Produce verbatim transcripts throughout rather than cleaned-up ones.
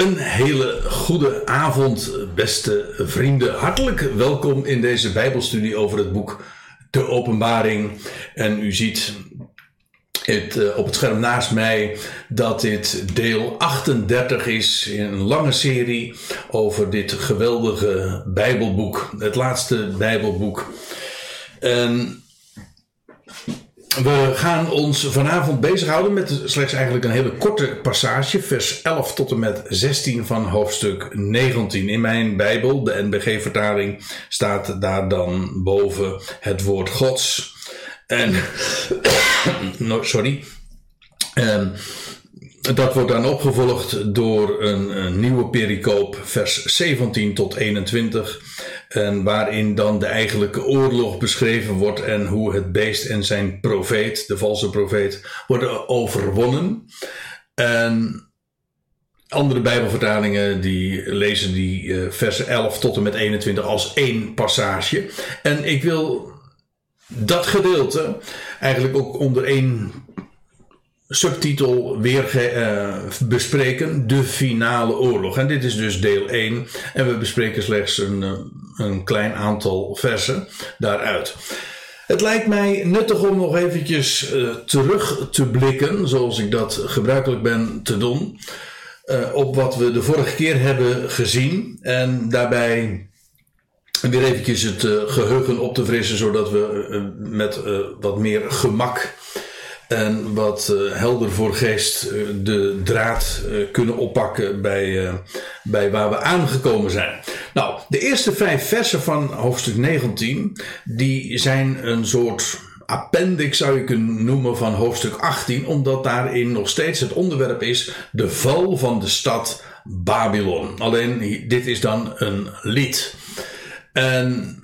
Een hele goede avond, beste vrienden. Hartelijk welkom in deze Bijbelstudie over het boek De Openbaring. En u ziet het, uh, op het scherm naast mij dat dit deel achtendertig is in een lange serie over dit geweldige Bijbelboek. Het laatste Bijbelboek. En we gaan ons vanavond bezighouden met slechts eigenlijk een hele korte passage, vers elf tot en met zestien van hoofdstuk negentien. In mijn Bijbel, de N B G-vertaling, staat daar dan boven het woord Gods. En, no, sorry, en dat wordt dan opgevolgd door een, een nieuwe pericoop, vers zeventien tot eenentwintig. En waarin dan de eigenlijke oorlog beschreven wordt en hoe het beest en zijn profeet, de valse profeet, worden overwonnen. En andere Bijbelvertalingen die lezen die uh, versen elf tot en met eenentwintig als één passage. En ik wil dat gedeelte eigenlijk ook onder één subtitel weer uh, bespreken, de finale oorlog. En dit is dus deel één. En we bespreken slechts een, uh, een klein aantal versen daaruit. Het lijkt mij nuttig om nog eventjes uh, terug te blikken, zoals ik dat gebruikelijk ben te doen, uh, op wat we de vorige keer hebben gezien. En daarbij weer eventjes het uh, geheugen op te frissen, zodat we uh, met uh, wat meer gemak en wat uh, helder voor geest uh, de draad uh, kunnen oppakken bij, uh, bij waar we aangekomen zijn. Nou, de eerste vijf versen van hoofdstuk negentien, die zijn een soort appendix, zou je kunnen noemen, van hoofdstuk achttien, omdat daarin nog steeds het onderwerp is de val van de stad Babylon. Alleen, dit is dan een lied. En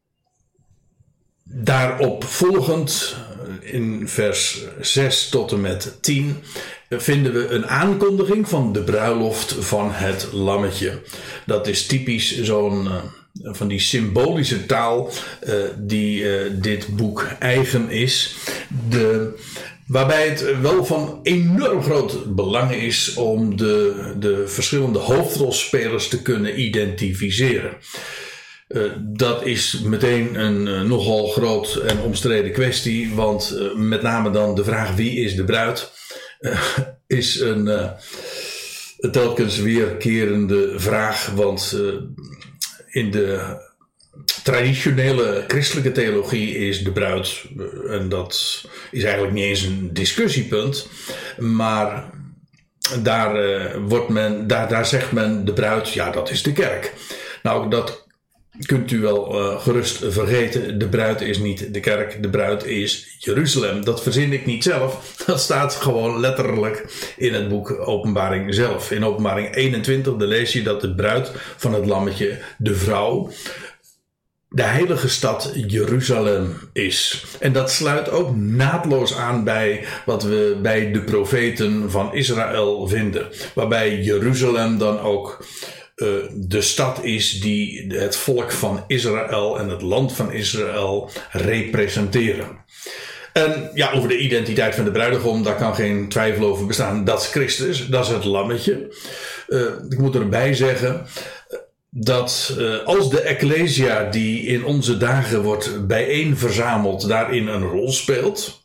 daarop volgend, in vers zes tot en met tien, vinden we een aankondiging van de bruiloft van het lammetje. Dat is typisch zo'n uh, van die symbolische taal uh, die uh, dit boek eigen is. De, waarbij het wel van enorm groot belang is om de, de verschillende hoofdrolspelers te kunnen identificeren. Uh, dat is meteen een uh, nogal groot en omstreden kwestie, want uh, met name dan de vraag wie is de bruid uh, is een uh, telkens weerkerende vraag, want uh, in de traditionele christelijke theologie is de bruid, uh, en dat is eigenlijk niet eens een discussiepunt, maar daar, uh, wordt men, daar, daar zegt men de bruid, ja, dat is de kerk. Nou, dat kunt u wel uh, gerust vergeten. De bruid is niet de kerk. De bruid is Jeruzalem. Dat verzin ik niet zelf. Dat staat gewoon letterlijk in het boek Openbaring zelf. In Openbaring eenentwintig daar lees je dat de bruid van het lammetje, de vrouw, de heilige stad Jeruzalem is. En dat sluit ook naadloos aan bij wat we bij de profeten van Israël vinden. Waarbij Jeruzalem dan ook Uh, de stad is die het volk van Israël en het land van Israël representeren. En ja, over de identiteit van de bruidegom, daar kan geen twijfel over bestaan. Dat is Christus, dat is het lammetje. Uh, ik moet erbij zeggen dat uh, als de Ecclesia die in onze dagen wordt bijeen verzameld daarin een rol speelt,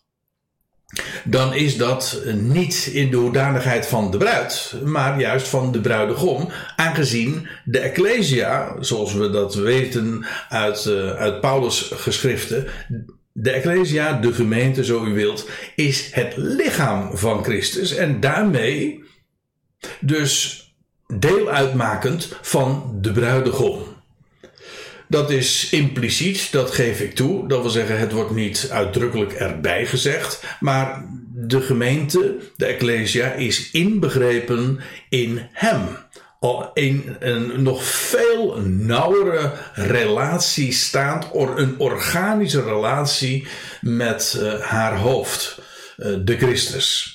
dan is dat niet in de hoedanigheid van de bruid, maar juist van de bruidegom, aangezien de Ecclesia, zoals we dat weten uit, uh, uit Paulus' geschriften, de Ecclesia, de gemeente zo u wilt, is het lichaam van Christus en daarmee dus deel uitmakend van de bruidegom. Dat is impliciet, dat geef ik toe. Dat wil zeggen, het wordt niet uitdrukkelijk erbij gezegd. Maar de gemeente, de Ecclesia, is inbegrepen in hem. Al in een nog veel nauwere relatie staat, een organische relatie met uh, haar hoofd, uh, de Christus.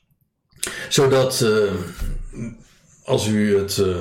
Zodat, uh, als u het Uh,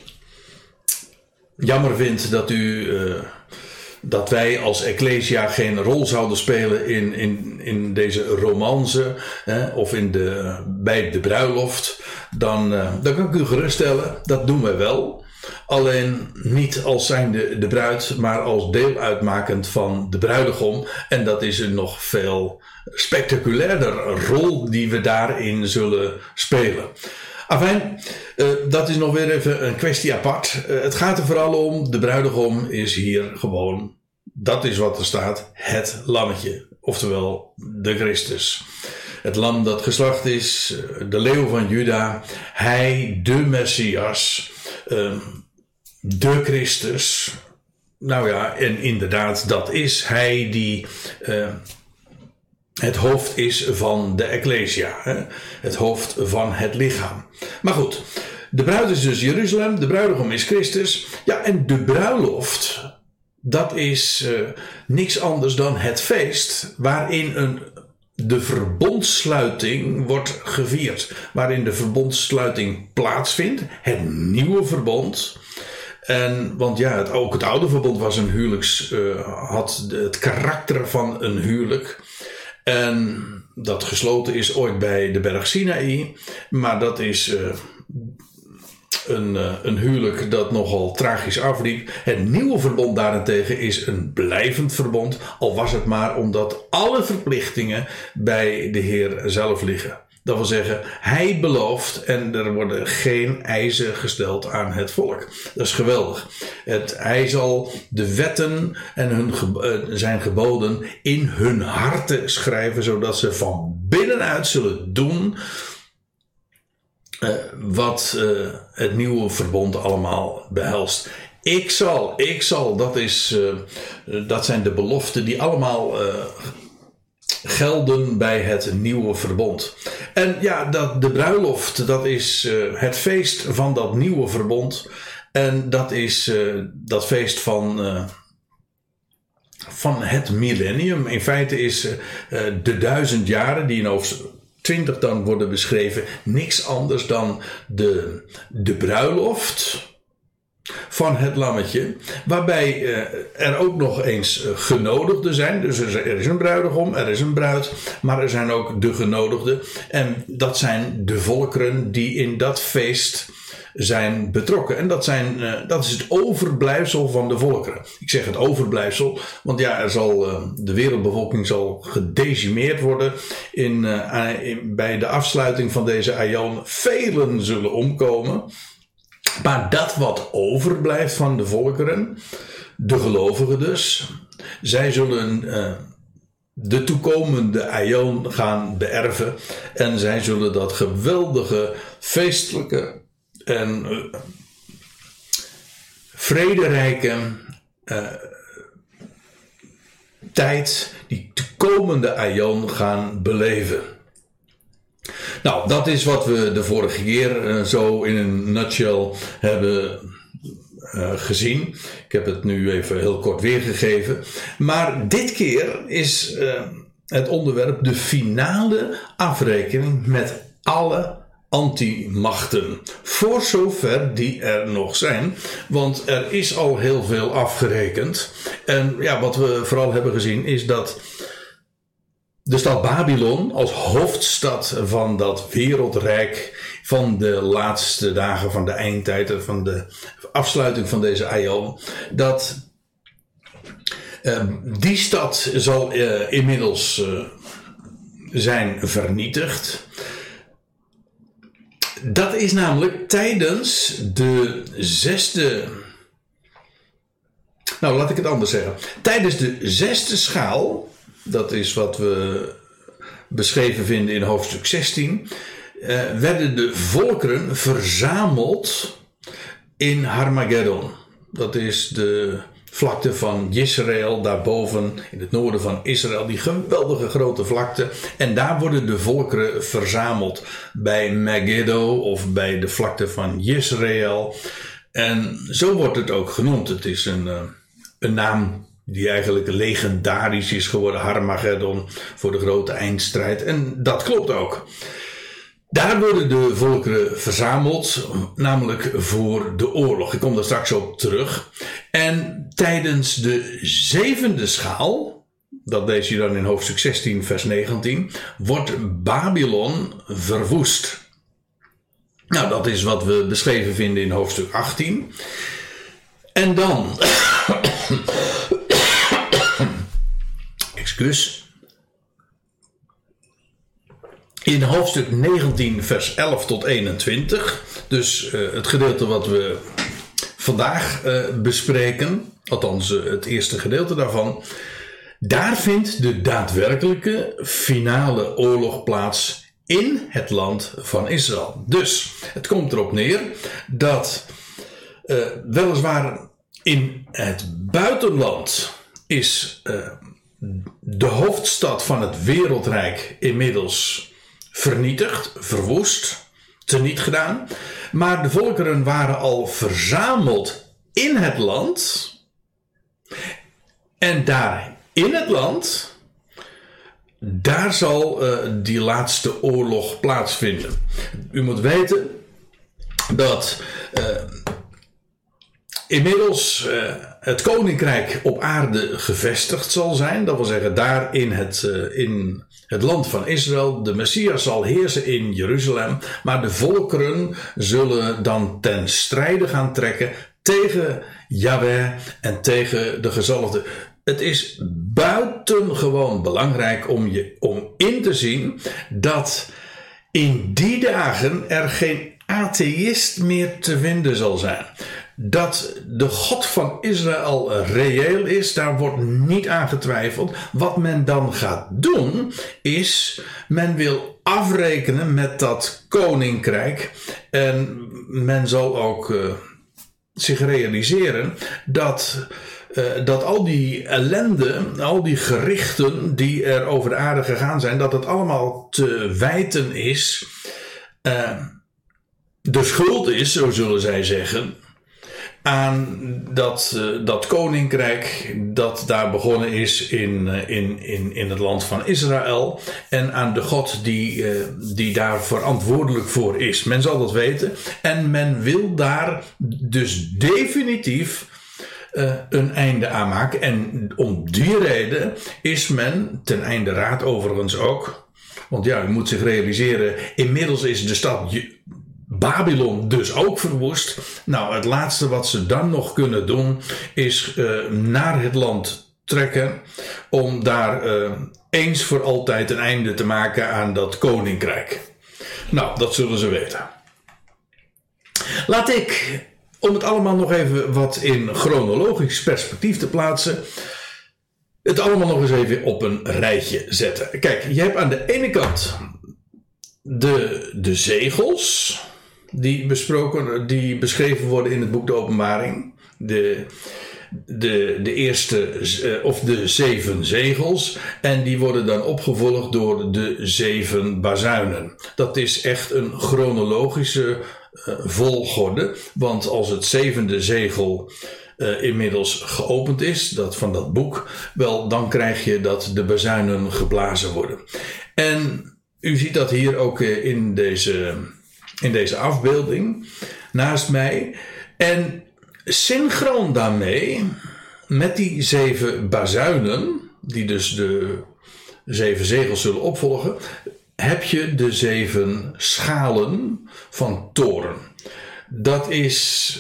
jammer vindt dat u uh, dat wij als Ecclesia geen rol zouden spelen in, in, in deze romance, hè, of in de, bij de bruiloft, dan, uh, dan kan ik u geruststellen, dat doen wij wel. Alleen niet als zijnde de bruid, maar als deel uitmakend van de bruidegom. En dat is een nog veel spectaculairder rol die we daarin zullen spelen. Afijn, uh, dat is nog weer even een kwestie apart. Uh, het gaat er vooral om, de bruidegom is hier gewoon, dat is wat er staat, het lammetje. Oftewel de Christus. Het lam dat geslacht is, de leeuw van Juda, hij, de Messias, uh, de Christus. Nou ja, en inderdaad, dat is hij die uh, het hoofd is van de Ecclesia. Hè? Het hoofd van het lichaam. Maar goed, de bruid is dus Jeruzalem, de bruidegom is Christus. Ja, en de bruiloft, dat is uh, niks anders dan het feest waarin een, de verbondsluiting wordt gevierd. Waarin de verbondsluiting plaatsvindt, het nieuwe verbond. En, want ja, het, ook het oude verbond was een huwelijks, uh, had het karakter van een huwelijk. En dat gesloten is ooit bij de berg Sinaï. Maar dat is uh, een, uh, een huwelijk dat nogal tragisch afliep. Het nieuwe verbond daarentegen is een blijvend verbond. Al was het maar omdat alle verplichtingen bij de Heer zelf liggen. Dat wil zeggen, hij belooft en er worden geen eisen gesteld aan het volk. Dat is geweldig. Het, hij zal de wetten en hun, zijn geboden in hun harten schrijven, zodat ze van binnenuit zullen doen uh, wat uh, het nieuwe verbond allemaal behelst. Ik zal, ik zal, dat, is, uh, dat zijn de beloften die allemaal Uh, gelden bij het nieuwe verbond. En ja, dat, de bruiloft, dat is uh, het feest van dat nieuwe verbond. En dat is uh, dat feest van, uh, van het millennium. In feite is uh, de duizend jaren die in hoofdstuk twintig dan worden beschreven niks anders dan de, de bruiloft van het lammetje, waarbij uh, er ook nog eens uh, genodigden zijn. Dus er is een bruidegom, er is een bruid, maar er zijn ook de genodigden. En dat zijn de volkeren die in dat feest zijn betrokken. En dat, zijn, uh, dat is het overblijfsel van de volkeren. Ik zeg het overblijfsel, want ja, er zal, uh, de wereldbevolking zal gedecimeerd worden in, uh, in, bij de afsluiting van deze aion. Velen zullen omkomen. Maar dat wat overblijft van de volkeren, de gelovigen dus, zij zullen uh, de toekomende aion gaan beërven. En zij zullen dat geweldige, feestelijke en uh, vrederijke uh, tijd, die toekomende aion gaan beleven. Nou, dat is wat we de vorige keer uh, zo in een nutshell hebben uh, gezien. Ik heb het nu even heel kort weergegeven. Maar dit keer is uh, het onderwerp de finale afrekening met alle antimachten. Voor zover die er nog zijn. Want er is al heel veel afgerekend. En ja, wat we vooral hebben gezien is dat de stad Babylon als hoofdstad van dat wereldrijk van de laatste dagen van de eindtijd, van de afsluiting van deze aion, dat uh, die stad zal uh, inmiddels uh, zijn vernietigd. Dat is namelijk tijdens de zesde, nou laat ik het anders zeggen, tijdens de zesde schaal. Dat is wat we beschreven vinden in hoofdstuk zestien. Uh, werden de volkeren verzameld in Harmageddon. Dat is de vlakte van Israël, daarboven in het noorden van Israël. Die geweldige grote vlakte. En daar worden de volkeren verzameld. Bij Megiddo of bij de vlakte van Israël. En zo wordt het ook genoemd. Het is een, uh, een naam die eigenlijk legendarisch is geworden, Harmageddon, voor de grote eindstrijd. En dat klopt ook. Daar worden de volkeren verzameld, namelijk voor de oorlog. Ik kom daar straks op terug. En tijdens de zevende schaal, dat lees je dan in hoofdstuk zestien vers negentien, wordt Babylon verwoest. Nou, dat is wat we beschreven vinden in hoofdstuk achttien. En dan... Excuus. In hoofdstuk negentien, vers elf tot eenentwintig. Dus uh, het gedeelte wat we vandaag uh, bespreken. Althans, uh, het eerste gedeelte daarvan. Daar vindt de daadwerkelijke finale oorlog plaats in het land van Israël. Dus het komt erop neer dat uh, weliswaar in het buitenland is uh, de hoofdstad van het wereldrijk inmiddels vernietigd, verwoest, teniet gedaan. Maar de volkeren waren al verzameld in het land. En daar in het land, daar zal uh, die laatste oorlog plaatsvinden. U moet weten dat uh, inmiddels uh, het koninkrijk op aarde gevestigd zal zijn. Dat wil zeggen, daar in het, uh, in het land van Israël. De Messias zal heersen in Jeruzalem. Maar de volkeren zullen dan ten strijde gaan trekken tegen Yahweh en tegen de gezalfde. Het is buitengewoon belangrijk om, je, om in te zien dat in die dagen er geen atheïst meer te vinden zal zijn. Dat de God van Israël reëel is, daar wordt niet aan getwijfeld. Wat men dan gaat doen, is men wil afrekenen met dat koninkrijk. En men zal ook uh, zich realiseren dat... Uh, dat al die ellende, al die gerichten die er over de aarde gegaan zijn, dat het allemaal te wijten is. Uh, de schuld is, zo zullen zij zeggen, aan dat, uh, dat koninkrijk dat daar begonnen is in, uh, in, in, in het land van Israël. En aan de God die, uh, die daar verantwoordelijk voor is. Men zal dat weten. En men wil daar dus definitief Uh, een einde aan maken. En om die reden is men, ten einde raad overigens ook, want ja, u moet zich realiseren, inmiddels is de stad Babylon dus ook verwoest. Nou, het laatste wat ze dan nog kunnen doen is uh, naar het land trekken om daar uh, eens voor altijd een einde te maken aan dat koninkrijk. Nou, dat zullen ze weten. Laat ik, om het allemaal nog even wat in chronologisch perspectief te plaatsen, het allemaal nog eens even op een rijtje zetten. Kijk, je hebt aan de ene kant de, de zegels die besproken, die beschreven worden in het boek De Openbaring. De, de, de eerste, of de zeven zegels. En die worden dan opgevolgd door de zeven bazuinen. Dat is echt een chronologische uh, volgorde. Want als het zevende zegel uh, inmiddels geopend is, dat van dat boek, wel, dan krijg je dat de bazuinen geblazen worden. En u ziet dat hier ook uh, in deze, in deze afbeelding naast mij. En synchroon daarmee, met die zeven bazuinen, die dus de zeven zegels zullen opvolgen, heb je de zeven schalen van toren. Dat is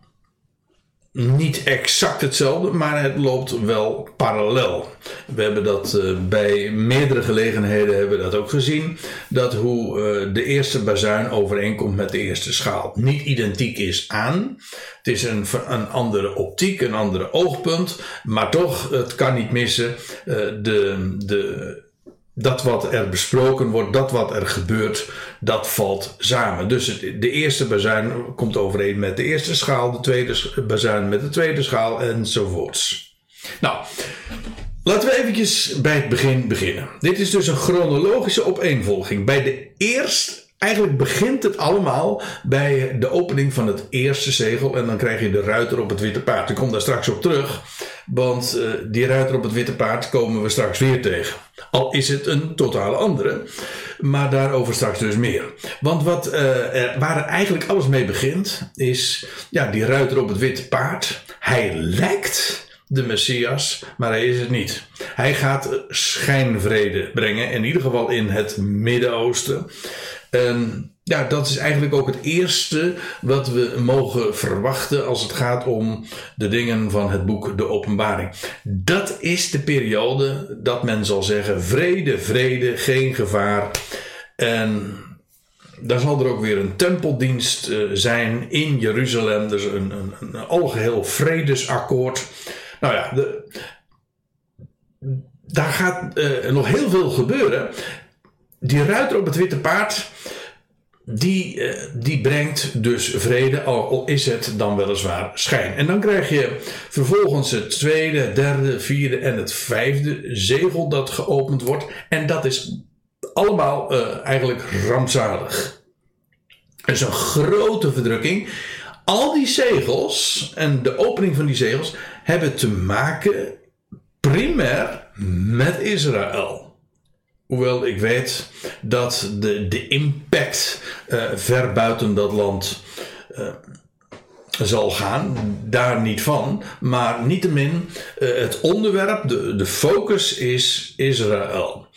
niet exact hetzelfde, maar het loopt wel parallel. We hebben dat uh, bij meerdere gelegenheden hebben we dat ook gezien, dat hoe uh, de eerste bazuin overeenkomt met de eerste schaal. Niet identiek is aan. Het is een, een andere optiek, een andere oogpunt, maar toch, het kan niet missen. Uh, de, de, dat wat er besproken wordt, dat wat er gebeurt, dat valt samen. Dus het, de eerste bazuin komt overeen met de eerste schaal, de tweede bazuin met de tweede schaal enzovoorts. Nou, laten we eventjes bij het begin beginnen. Dit is dus een chronologische opeenvolging. Bij de eerste, eigenlijk begint het allemaal bij de opening van het eerste zegel en dan krijg je de ruiter op het witte paard. Ik kom daar straks op terug, want uh, die ruiter op het witte paard komen we straks weer tegen. Al is het een totale andere, maar daarover straks dus meer. Want wat, uh, er, waar er eigenlijk alles mee begint, is ja, die ruiter op het witte paard. Hij lijkt de Messias, maar hij is het niet. Hij gaat schijnvrede brengen, in ieder geval in het Midden-Oosten. En ja, dat is eigenlijk ook het eerste wat we mogen verwachten als het gaat om de dingen van het boek De Openbaring. Dat is de periode dat men zal zeggen vrede, vrede, geen gevaar. En daar zal er ook weer een tempeldienst uh, zijn in Jeruzalem. Dus een, een, een algeheel vredesakkoord. Nou ja, de, daar gaat uh, nog heel veel gebeuren. Die ruiter op het witte paard, die, uh, die brengt dus vrede, al is het dan weliswaar schijn. En dan krijg je vervolgens het tweede, derde, vierde en het vijfde zegel dat geopend wordt. En dat is allemaal uh, eigenlijk rampzalig. Er is een grote verdrukking. Al die zegels en de opening van die zegels hebben te maken primair met Israël. Hoewel ik weet dat de, de impact uh, ver buiten dat land uh, zal gaan. Daar niet van. Maar niettemin, uh, het onderwerp, de, de focus is Israël.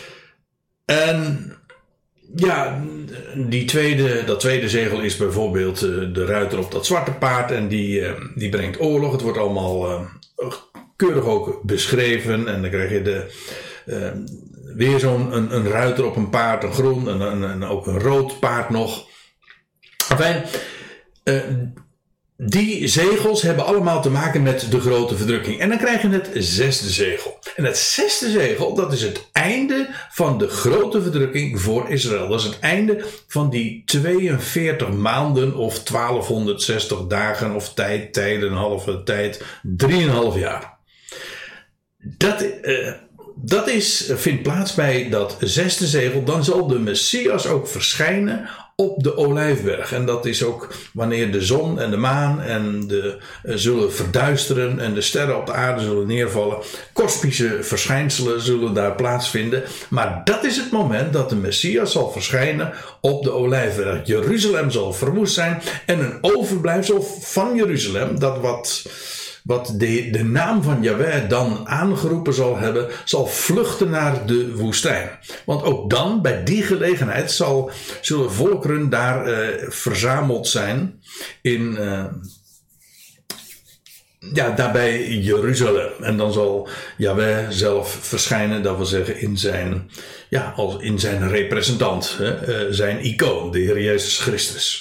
En ja, die tweede, dat tweede zegel is bijvoorbeeld uh, de ruiter op dat zwarte paard. En die, uh, die brengt oorlog. Het wordt allemaal uh, keurig ook beschreven. En dan krijg je de... Uh, Weer zo'n een, een ruiter op een paard, een groen en, en, en ook een rood paard nog. Enfin, uh, die zegels hebben allemaal te maken met de grote verdrukking. En dan krijg je het zesde zegel. En het zesde zegel, dat is het einde van de grote verdrukking voor Israël. Dat is het einde van die tweeënveertig maanden of twaalfhonderdzestig dagen of tijd, tijden, een halve tijd, drieënhalf jaar. Dat... Uh, Dat is, vindt plaats bij dat zesde zegel. Dan zal de Messias ook verschijnen op de Olijfberg. En dat is ook wanneer de zon en de maan en de, uh, zullen verduisteren en de sterren op de aarde zullen neervallen. Kosmische verschijnselen zullen daar plaatsvinden. Maar dat is het moment dat de Messias zal verschijnen op de Olijfberg. Jeruzalem zal verwoest zijn en een overblijfsel van Jeruzalem, dat wat... wat de, de naam van Jahweh dan aangeroepen zal hebben, zal vluchten naar de woestijn. Want ook dan, bij die gelegenheid, zal, zullen volkeren daar uh, verzameld zijn in, uh, ja, daarbij Jeruzalem. En dan zal Jahweh zelf verschijnen, dat wil zeggen in zijn, ja, als in zijn representant, hè, uh, zijn icoon, de Heer Jezus Christus.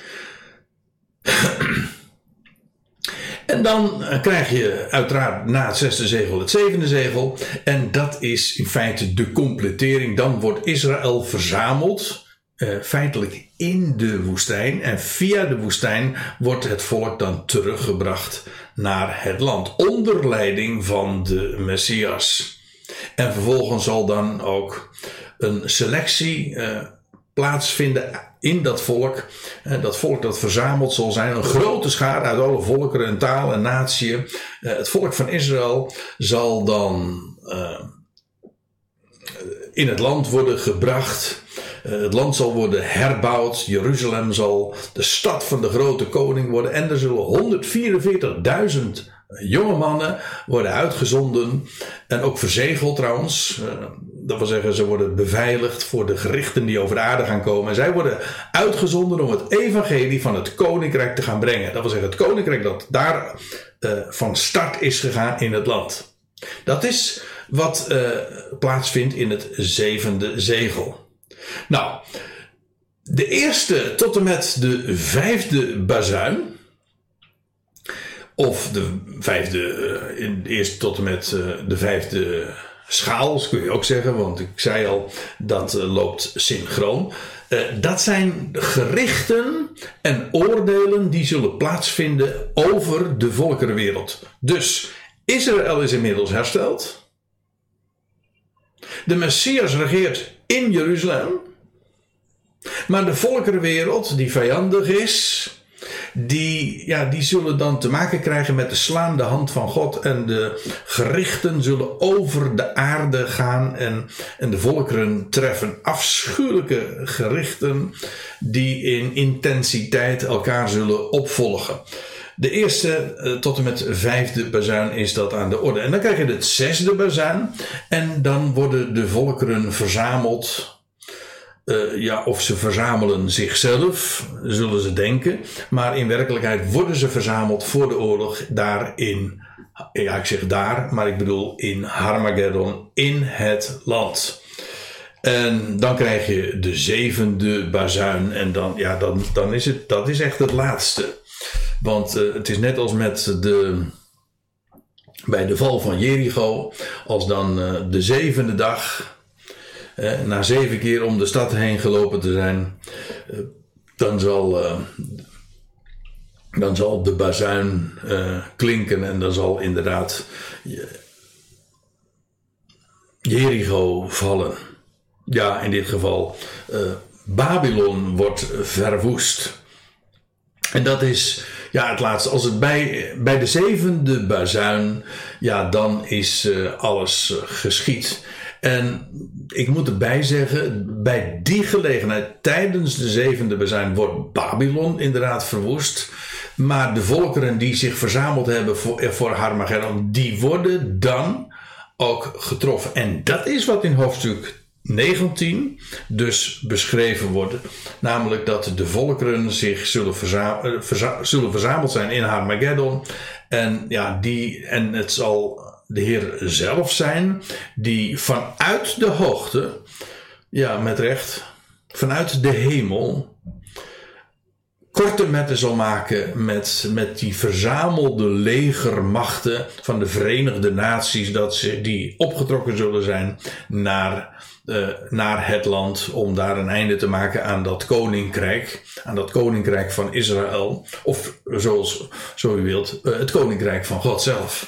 En dan krijg je uiteraard na het zesde zegel het zevende zegel. En dat is in feite de completering. Dan wordt Israël verzameld, uh, feitelijk in de woestijn. En via de woestijn wordt het volk dan teruggebracht naar het land. Onder leiding van de Messias. En vervolgens zal dan ook een selectie uh, plaatsvinden in dat volk. Dat volk dat verzameld zal zijn. Een grote schaar uit alle volkeren en talen en natieën. Het volk van Israël zal dan uh, in het land worden gebracht. Uh, het land zal worden herbouwd. Jeruzalem zal de stad van de grote koning worden. En er zullen honderdvierenveertigduizend jonge mannen worden uitgezonden. En ook verzegeld trouwens. Uh, dat wil zeggen, ze worden beveiligd voor de gerichten die over de aarde gaan komen. En zij worden uitgezonden om het evangelie van het koninkrijk te gaan brengen. Dat wil zeggen, het koninkrijk dat daar uh, van start is gegaan in het land. Dat is wat uh, plaatsvindt in het zevende zegel. Nou, de eerste tot en met de vijfde bazuin, of de vijfde, uh, in, eerst tot en met uh, de vijfde schaal, kun je ook zeggen, want ik zei al, dat uh, loopt synchroon. Uh, dat zijn gerichten en oordelen die zullen plaatsvinden over de volkerenwereld. Dus Israël is inmiddels hersteld. De Messias regeert in Jeruzalem. Maar de volkerenwereld die vijandig is, Die, ja, die zullen dan te maken krijgen met de slaande hand van God. En de gerichten zullen over de aarde gaan. En, en de volkeren treffen afschuwelijke gerichten die in intensiteit elkaar zullen opvolgen. De eerste uh, tot en met vijfde bazuin is dat aan de orde. En dan krijg je het zesde bazuin. En dan worden de volkeren verzameld Uh, ja, of ze verzamelen zichzelf, zullen ze denken. Maar in werkelijkheid worden ze verzameld voor de oorlog daar in, ja, ik zeg daar, maar ik bedoel in Harmageddon, in het land. En dan krijg je de zevende bazuin en dan, ja, dan, dan is het, dat is echt het laatste. Want uh, het is net als met de, bij de val van Jericho, als dan uh, de zevende dag, uh, na zeven keer om de stad heen gelopen te zijn, uh, dan zal, uh, dan zal de bazuin uh, klinken en dan zal inderdaad Jericho vallen. Ja, in dit geval uh, Babylon wordt verwoest. En dat is ja, het laatste. Als het bij, bij de zevende bazuin, ja, dan is uh, alles uh, geschied. En ik moet erbij zeggen, bij die gelegenheid, tijdens de zevende bazuin, wordt Babylon inderdaad verwoest. Maar de volkeren die zich verzameld hebben voor, voor Harmageddon, die worden dan ook getroffen. En dat is wat in hoofdstuk negentien dus beschreven wordt. Namelijk dat de volkeren zich zullen, verza- verza- zullen verzameld zijn in Harmageddon. En, ja, die, en het zal de Heer zelf zijn die vanuit de hoogte, ja, met recht, vanuit de hemel korte metten zal maken met, met die verzamelde legermachten van de Verenigde Naties, dat ze, die opgetrokken zullen zijn naar, uh, naar het land om daar een einde te maken aan dat koninkrijk, aan dat koninkrijk van Israël, of zoals zo u wilt, uh, het koninkrijk van God zelf.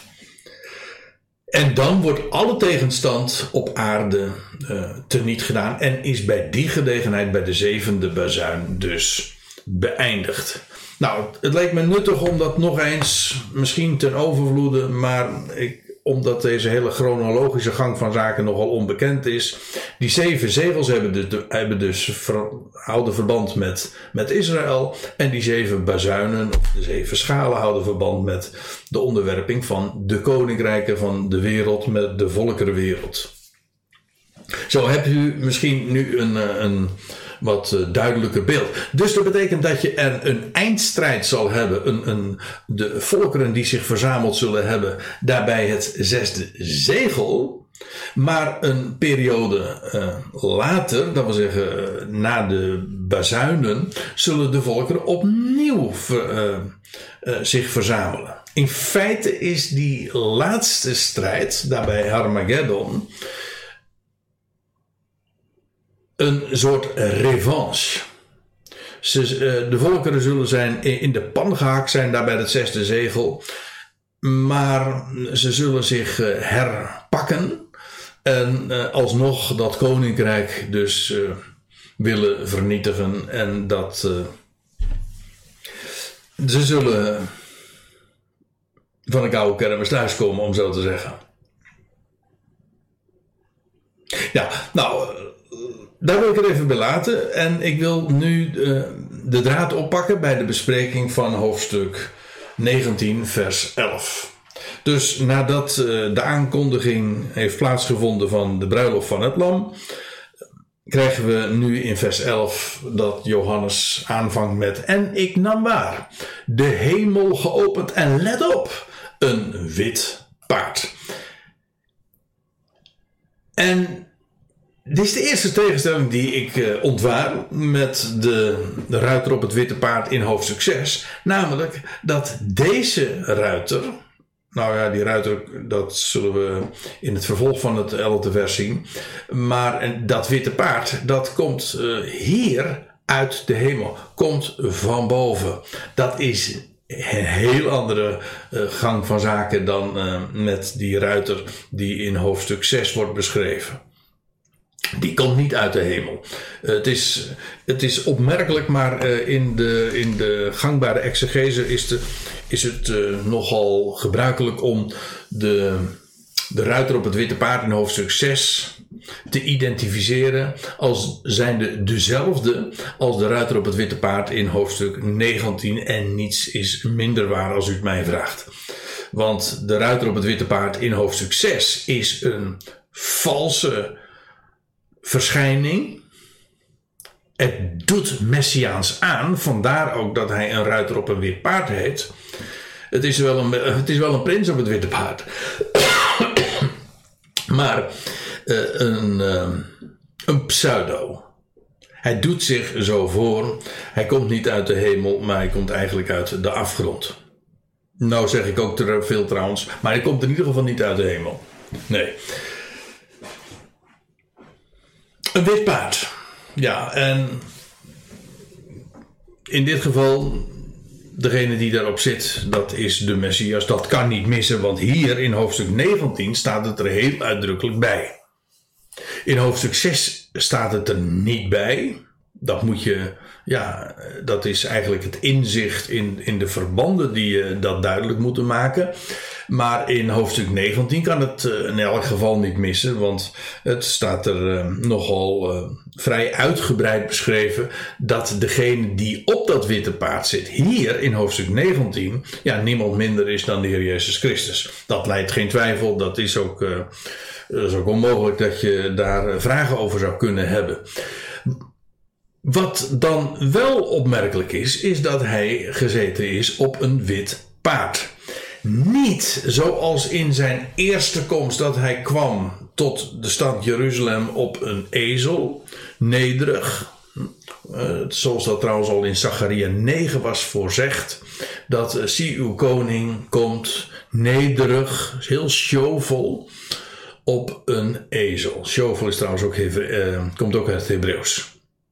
En dan wordt alle tegenstand op aarde uh, teniet gedaan en is bij die gelegenheid bij de zevende bazuin dus beëindigd. Nou, het leek me nuttig om dat nog eens misschien ten overvloede, maar ik, omdat deze hele chronologische gang van zaken nogal onbekend is. Die zeven zegels hebben, de, hebben dus ver, houden verband met, met Israël en die zeven bazuinen, of de zeven schalen, houden verband met de onderwerping van de koninkrijken van de wereld, met de volkerenwereld. Zo hebt u misschien nu een, een wat duidelijker beeld. Dus dat betekent dat je er een eindstrijd zal hebben. Een, een, de volkeren die zich verzameld zullen hebben. Daarbij het zesde zegel. Maar een periode uh, later, dat wil zeggen uh, na de bazuinen, zullen de volkeren opnieuw ver, uh, uh, zich verzamelen. In feite is die laatste strijd, daarbij Harmageddon, een soort revanche. Ze, uh, de volkeren zullen zijn in de pan gehaakt zijn daar bij het zesde zegel. Maar ze zullen zich uh, herpakken. En uh, alsnog dat koninkrijk dus uh, willen vernietigen. En dat uh, ze zullen van een koude kermis thuiskomen, om zo te zeggen. Ja, nou, daar wil ik het even bij laten. En ik wil nu uh, de draad oppakken bij de bespreking van hoofdstuk negentien, vers elf. Dus nadat uh, de aankondiging heeft plaatsgevonden van de bruiloft van het lam, krijgen we nu in vers elf dat Johannes aanvangt met: en ik nam waar, de hemel geopend en let op, een wit paard. En dit is de eerste tegenstelling die ik uh, ontwaar met de, de ruiter op het witte paard in hoofdstuk zes. Namelijk dat deze ruiter, nou ja, die ruiter, dat zullen we in het vervolg van het elfde vers zien. Maar dat witte paard, dat komt uh, hier uit de hemel, komt van boven. Dat is een heel andere uh, gang van zaken dan uh, met die ruiter die in hoofdstuk zes wordt beschreven. Die komt niet uit de hemel. Uh, het, is, het is opmerkelijk, maar uh, in, de, in de gangbare exegese is, de, is het uh, nogal gebruikelijk om de, de ruiter op het witte paard in hoofdstuk zes te identificeren als zijnde dezelfde als de ruiter op het witte paard in hoofdstuk negentien. En niets is minder waar als u het mij vraagt. Want de ruiter op het witte paard in hoofdstuk zes is een valse verschijning. het doet messiaans aan, vandaar ook dat hij een ruiter op een wit paard heet. Het is wel een, het is wel een prins op het witte paard. Maar uh, een, uh, een pseudo. Hij doet zich zo voor. Hij komt niet uit de hemel, maar hij komt eigenlijk uit de afgrond. Nou zeg ik ook te veel trouwens, maar hij komt in ieder geval niet uit de hemel. Nee. Een wit paard. Ja, en in dit geval, degene die daarop zit, dat is de Messias. Dat kan niet missen, want hier in hoofdstuk negentien staat het er heel uitdrukkelijk bij. In hoofdstuk zes staat het er niet bij. Dat moet je, ja, dat is eigenlijk het inzicht in, in de verbanden die je dat duidelijk moeten maken. Maar in hoofdstuk negentien kan het uh, in elk geval niet missen, want het staat er uh, nogal uh, vrij uitgebreid beschreven dat degene die op dat witte paard zit, hier in hoofdstuk negentien, ja, niemand minder is dan de Heer Jezus Christus. Dat lijdt geen twijfel, dat is ook, uh, dat is ook onmogelijk dat je daar vragen over zou kunnen hebben. Wat dan wel opmerkelijk is, is dat hij gezeten is op een wit paard. Niet zoals in zijn eerste komst dat hij kwam tot de stad Jeruzalem op een ezel, nederig. Uh, zoals dat trouwens al in Zacharia negen was voorzegd. Dat uh, zie uw koning komt nederig, heel sjovol, op een ezel. Sjovol is trouwens ook even, uh, komt ook uit het Hebreeuws.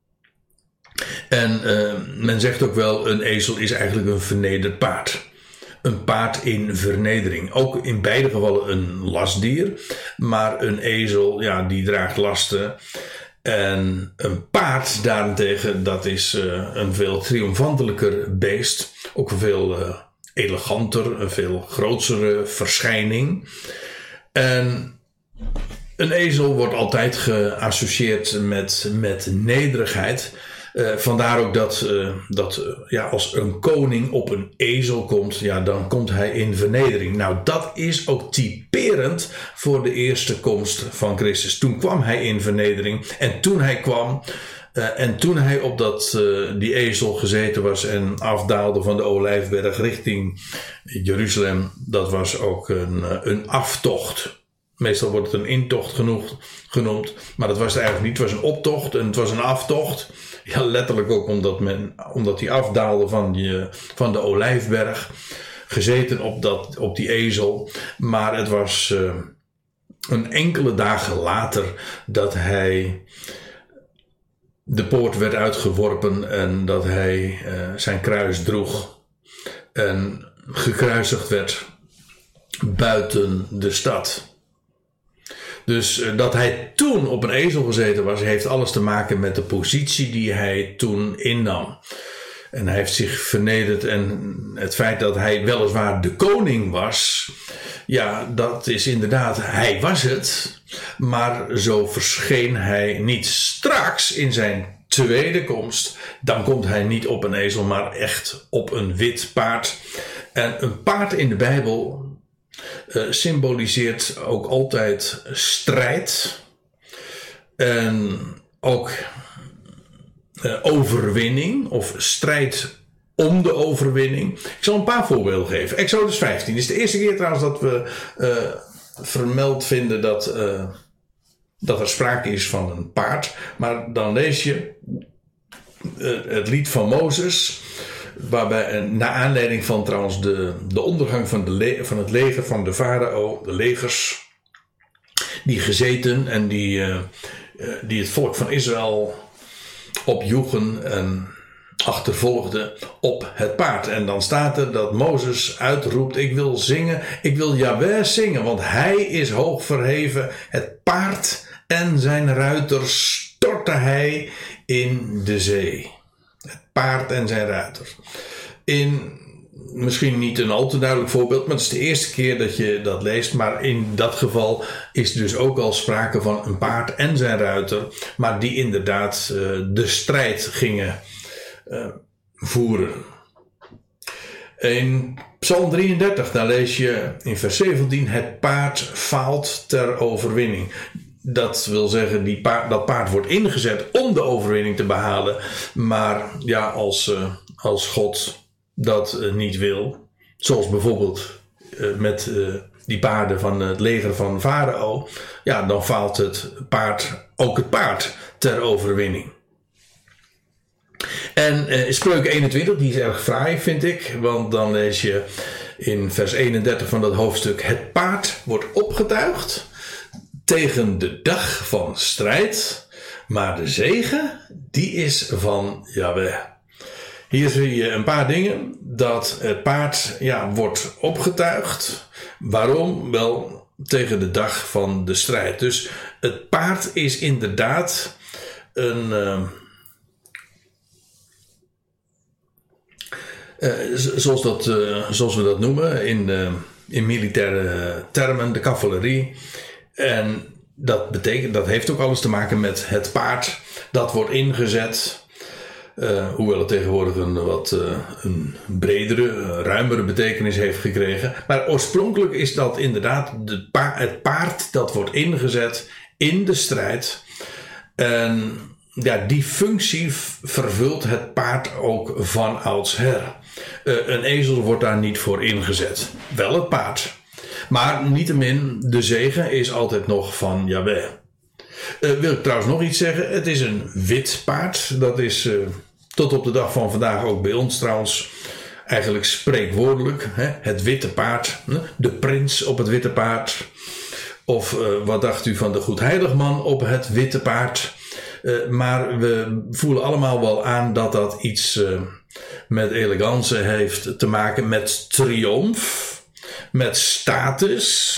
En uh, men zegt ook wel, een ezel is eigenlijk een vernederd paard. Een paard in vernedering. Ook in beide gevallen een lastdier. Maar een ezel, ja, die draagt lasten. En een paard daarentegen, dat is uh, een veel triomfantelijker beest. Ook een veel uh, eleganter, een veel grotere verschijning. En een ezel wordt altijd geassocieerd met, met nederigheid. Uh, vandaar ook dat, uh, dat uh, ja, als een koning op een ezel komt, ja, dan komt hij in vernedering. Nou, dat is ook typerend voor de eerste komst van Christus. Toen kwam hij in vernedering. En toen hij kwam, uh, en toen hij op dat, uh, die ezel gezeten was en afdaalde van de Olijfberg richting Jeruzalem, dat was ook een, een aftocht. Meestal wordt het een intocht genoeg, genoemd, maar dat was het eigenlijk niet. Het was een optocht en het was een aftocht. Ja, letterlijk ook omdat men, omdat hij afdaalde van, die, van de Olijfberg, gezeten op, dat, op die ezel. Maar het was uh, een enkele dagen later dat hij de poort werd uitgeworpen en dat hij uh, zijn kruis droeg en gekruisigd werd buiten de stad. Dus uh, dat hij toen op een ezel gezeten was, heeft alles te maken met de positie die hij toen innam. En hij heeft zich vernederd en het feit dat hij weliswaar de koning was, ja, dat is inderdaad, hij was het, maar zo verscheen hij niet. Straks in zijn tweede komst, dan komt hij niet op een ezel, maar echt op een wit paard. En een paard in de Bijbel Uh, symboliseert ook altijd strijd en ook uh, overwinning of strijd om de overwinning. Ik zal een paar voorbeelden geven. Exodus vijftien is de eerste keer trouwens dat we uh, vermeld vinden dat, uh, dat er sprake is van een paard. Maar dan lees je uh, het lied van Mozes, waarbij, naar aanleiding van trouwens de, de ondergang van, de le- van het leger van de farao, de legers, die gezeten en die, uh, uh, die het volk van Israël opjoegen en achtervolgden op het paard. En dan staat er dat Mozes uitroept, ik wil zingen, ik wil Jahweh zingen, want hij is hoog verheven. Het paard en zijn ruiters stortte hij in de zee. Het paard en zijn ruiter. In misschien niet een al te duidelijk voorbeeld, maar het is de eerste keer dat je dat leest. Maar in dat geval is dus ook al sprake van een paard en zijn ruiter, maar die inderdaad uh, de strijd gingen uh, voeren. In Psalm drieëndertig, daar lees je in vers zeventien, het paard faalt ter overwinning. Dat wil zeggen, die paard, dat paard wordt ingezet om de overwinning te behalen. Maar ja, als, uh, als God dat uh, niet wil. Zoals bijvoorbeeld uh, met uh, die paarden van het leger van Farao. Ja, dan faalt het paard, ook het paard, ter overwinning. En uh, Spreuken eenentwintig, die is erg fraai, vind ik. Want dan lees je in vers eenendertig van dat hoofdstuk: het paard wordt opgetuigd tegen de dag van strijd, maar de zege, die is van Jahweh. Hier zie je een paar dingen. Dat het paard ja, wordt opgetuigd. Waarom? Wel, tegen de dag van de strijd. Dus het paard is inderdaad een... Uh, uh, zoals, dat, uh, zoals we dat noemen in, uh, in militaire termen, de cavalerie. En dat betekent, dat heeft ook alles te maken met het paard. Dat wordt ingezet. Uh, hoewel het tegenwoordig een wat uh, een bredere, ruimere betekenis heeft gekregen. Maar oorspronkelijk is dat inderdaad de pa- het paard dat wordt ingezet in de strijd. En ja, die functie vervult het paard ook van oudsher. Uh, een ezel wordt daar niet voor ingezet. Wel het paard. Maar niettemin, de zege is altijd nog van Jahweh. Uh, wil ik trouwens nog iets zeggen. Het is een wit paard. Dat is uh, tot op de dag van vandaag ook bij ons trouwens eigenlijk spreekwoordelijk. Hè? Het witte paard. De prins op het witte paard. Of uh, wat dacht u van de Goedheiligman op het witte paard. Uh, maar we voelen allemaal wel aan dat dat iets uh, met elegance heeft te maken. Met triomf. Met status.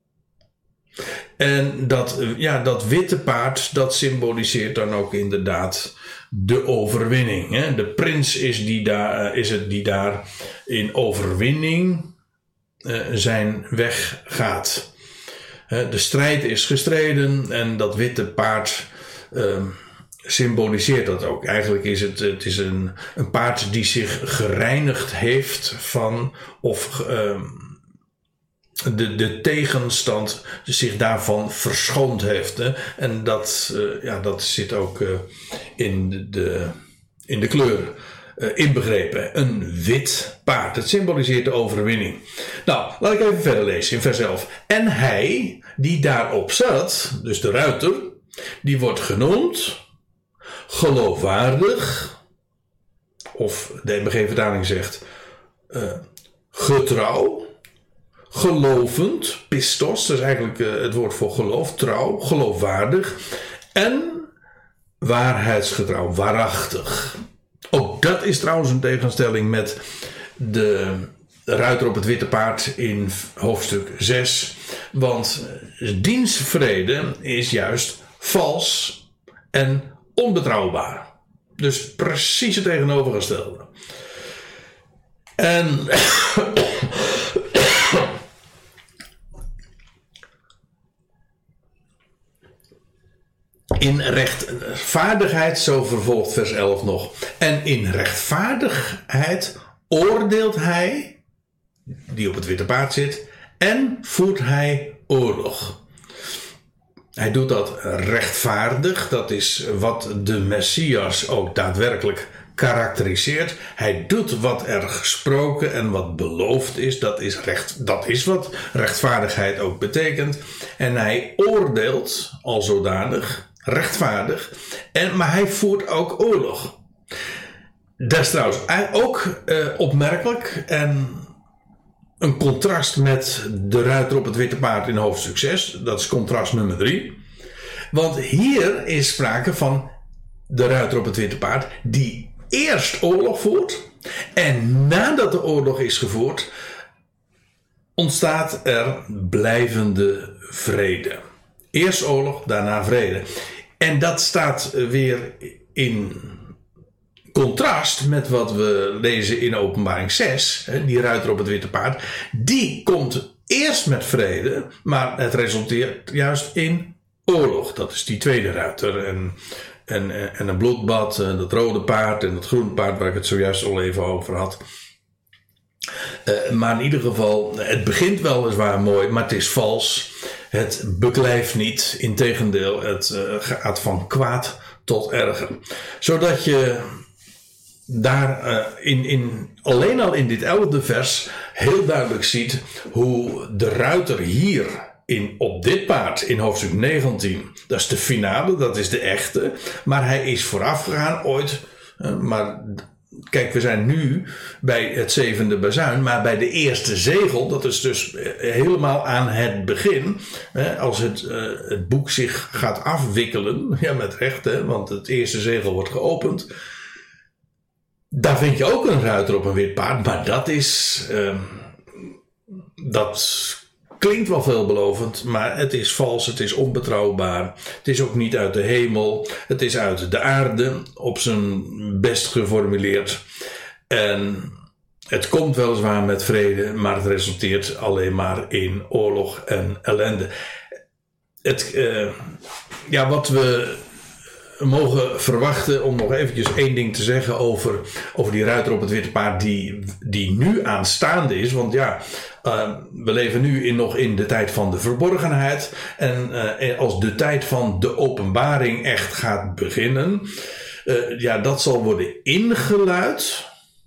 En dat, ja, dat witte paard, dat symboliseert dan ook inderdaad de overwinning. Hè? De prins is, die daar, is het die daar in overwinning uh, zijn weg gaat. Uh, de strijd is gestreden en dat witte paard uh, symboliseert dat ook. Eigenlijk is het, het is een, een paard die zich gereinigd heeft van of... Uh, De, de tegenstand zich daarvan verschoond heeft. Hè? En dat, uh, ja, dat zit ook uh, in, de, de, in de kleur uh, inbegrepen. Een wit paard. Het symboliseert de overwinning. Nou, laat ik even verder lezen in vers elf. En hij die daarop zat, dus de ruiter, die wordt genoemd geloofwaardig. Of de M B G-vertaling zegt uh, getrouw. Gelovend, pistos, dat is eigenlijk uh, het woord voor geloof, trouw, geloofwaardig. En waarheidsgetrouw, waarachtig. Ook dat is trouwens een tegenstelling met de ruiter op het witte paard in hoofdstuk zes. Want dienstvrede is juist vals en onbetrouwbaar. Dus precies het tegenovergestelde. En... In rechtvaardigheid, zo vervolgt vers elf nog. En in rechtvaardigheid oordeelt hij, die op het witte paard zit, en voert hij oorlog. Hij doet dat rechtvaardig, dat is wat de Messias ook daadwerkelijk karakteriseert. Hij doet wat er gesproken en wat beloofd is. Dat is, recht, dat is wat rechtvaardigheid ook betekent. En hij oordeelt al zodanig, rechtvaardig. En, maar hij voert ook oorlog. Dat is trouwens ook uh, opmerkelijk en een contrast met de ruiter op het witte paard in hoofdstuk zes. Dat is contrast nummer drie. Want hier is sprake van de ruiter op het witte paard die eerst oorlog voert. En nadat de oorlog is gevoerd, ontstaat er blijvende vrede. Eerst oorlog, daarna vrede. En dat staat weer in contrast met wat we lezen in Openbaring zes. Die ruiter op het witte paard. Die komt eerst met vrede, maar het resulteert juist in oorlog. Dat is die tweede ruiter. En, en, en een bloedbad, dat rode paard en dat groene paard waar ik het zojuist al even over had. Uh, maar in ieder geval, het begint weliswaar mooi, maar het is vals. Het beklijft niet. Integendeel, het uh, gaat van kwaad tot erger. Zodat je daar uh, in, in, alleen al in dit elfde vers heel duidelijk ziet hoe de ruiter hier in, op dit paard in hoofdstuk negentien, dat is de finale, dat is de echte, maar hij is voorafgegaan ooit, uh, maar kijk, we zijn nu bij het zevende bazuin, maar bij de eerste zegel, dat is dus helemaal aan het begin, hè, als het, uh, het boek zich gaat afwikkelen, ja met recht, hè, want het eerste zegel wordt geopend. Daar vind je ook een ruiter op een wit paard, maar dat is, uh, dat klinkt wel veelbelovend, maar het is vals, het is onbetrouwbaar. Het is ook niet uit de hemel, het is uit de aarde, op zijn best geformuleerd. En het komt weliswaar met vrede, maar het resulteert alleen maar in oorlog en ellende. Het, uh, ja, wat we mogen verwachten, om nog eventjes één ding te zeggen over, over die ruiter op het witte paard die, die nu aanstaande is. Want ja, uh, we leven nu in, nog in de tijd van de verborgenheid. En uh, als de tijd van de openbaring echt gaat beginnen, uh, ja, dat zal worden ingeluid.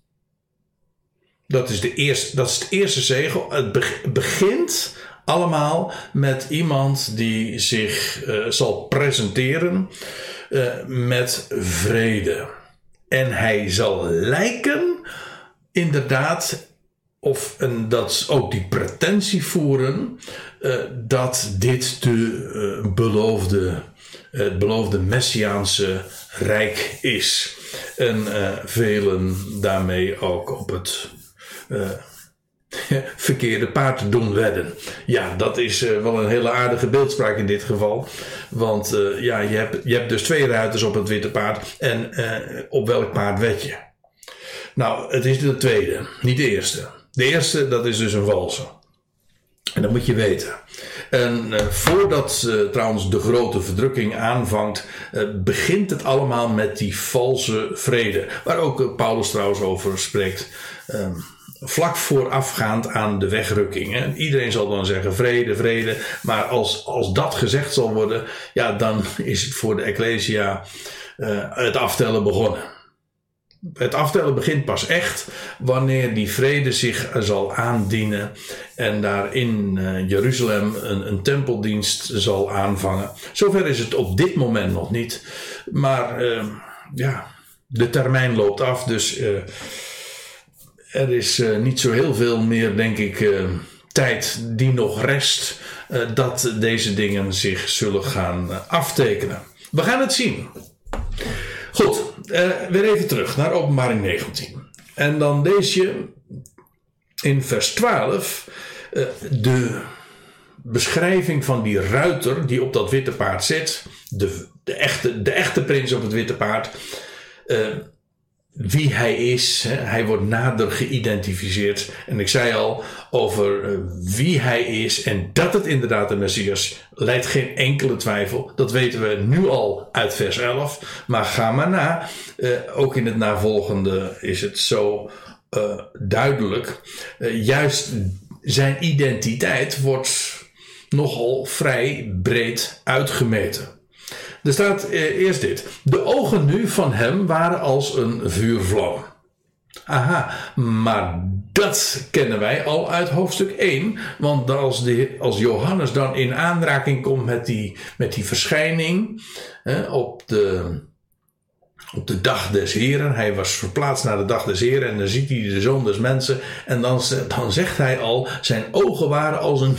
Dat is, de eerste, dat is het eerste zegel. Het begint allemaal met iemand die zich uh, zal presenteren uh, met vrede. En hij zal lijken, inderdaad, of en dat ook die pretentie voeren, uh, dat dit de uh, beloofde, het uh, beloofde Messiaanse rijk is. En uh, velen daarmee ook op het Uh, verkeerde paard doen wedden. Ja, dat is uh, wel een hele aardige beeldspraak in dit geval. Want uh, ja, je hebt, je hebt dus twee ruiters op het witte paard. En uh, op welk paard wed je? Nou, het is de tweede, niet de eerste. De eerste, dat is dus een valse. En dat moet je weten. En uh, voordat uh, trouwens de grote verdrukking aanvangt, uh, begint het allemaal met die valse vrede. Waar ook uh, Paulus trouwens over spreekt. Uh, Vlak voorafgaand aan de wegrukking. Hè. Iedereen zal dan zeggen vrede, vrede. Maar als, als dat gezegd zal worden, ja, dan is het voor de Ecclesia uh, het aftellen begonnen. Het aftellen begint pas echt wanneer die vrede zich zal aandienen en daar in uh, Jeruzalem een, een tempeldienst zal aanvangen. Zover is het op dit moment nog niet. Maar uh, ja, de termijn loopt af, dus Uh, Er is uh, niet zo heel veel meer, denk ik, uh, tijd die nog rest, uh, dat deze dingen zich zullen gaan uh, aftekenen. We gaan het zien. Goed, uh, weer even terug naar Openbaring negentien. En dan lees je in vers twaalf uh, de beschrijving van die ruiter die op dat witte paard zit. De, de, echte, de echte prins op het witte paard. Uh, Wie hij is, hè? Hij wordt nader geïdentificeerd. En ik zei al over uh, wie hij is en dat het inderdaad de Messias leidt geen enkele twijfel. Dat weten we nu al uit vers elf. Maar ga maar na. Uh, ook in het navolgende is het zo uh, duidelijk. Uh, juist zijn identiteit wordt nogal vrij breed uitgemeten. Er staat eh, eerst dit. De ogen nu van hem waren als een vuurvlam. Aha, maar dat kennen wij al uit hoofdstuk één. Want als, de, als Johannes dan in aanraking komt met die, met die verschijning eh, op, de, op de dag des Heren. Hij was verplaatst naar de dag des Heren en dan ziet hij de zoon des mensen. En dan, dan zegt hij al, zijn ogen waren als een,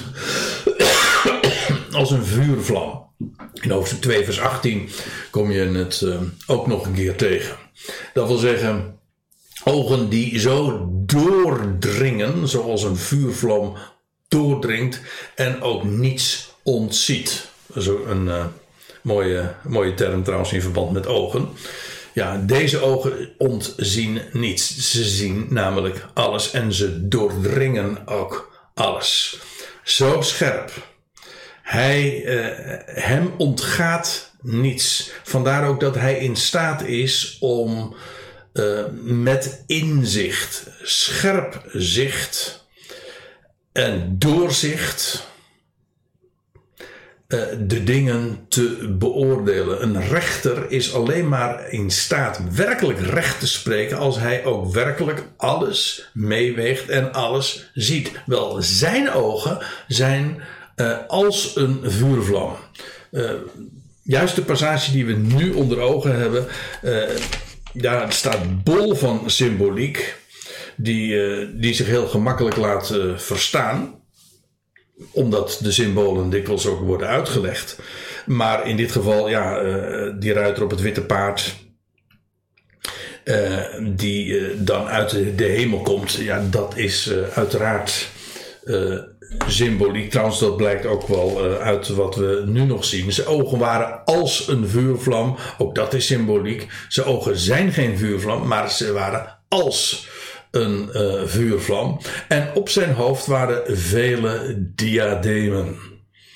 als een vuurvlam. In hoofdstuk twee vers achttien kom je het uh, ook nog een keer tegen. Dat wil zeggen, ogen die zo doordringen, zoals een vuurvlam doordringt en ook niets ontziet. Zo een uh, mooie, mooie term trouwens in verband met ogen. Ja, deze ogen ontzien niets. Ze zien namelijk alles en ze doordringen ook alles. Zo scherp. Hij, uh, hem ontgaat niets. Vandaar ook dat hij in staat is om uh, met inzicht, scherp zicht en doorzicht uh, de dingen te beoordelen. Een rechter is alleen maar in staat werkelijk recht te spreken als hij ook werkelijk alles meeweegt en alles ziet. Wel, zijn ogen zijn uh, als een vuurvlam. Uh, juist de passage die we nu onder ogen hebben, uh, daar staat bol van symboliek die, uh, die zich heel gemakkelijk laat uh, verstaan. Omdat de symbolen dikwijls ook worden uitgelegd. Maar in dit geval, ja, uh, die ruiter op het witte paard, Uh, die uh, dan uit de, de hemel komt. Ja, dat is uh, uiteraard uh, symboliek. Trouwens, dat blijkt ook wel uh, uit wat we nu nog zien. Zijn ogen waren als een vuurvlam. Ook dat is symboliek. Zijn ogen zijn geen vuurvlam, maar ze waren als een uh, vuurvlam. En op zijn hoofd waren vele diademen.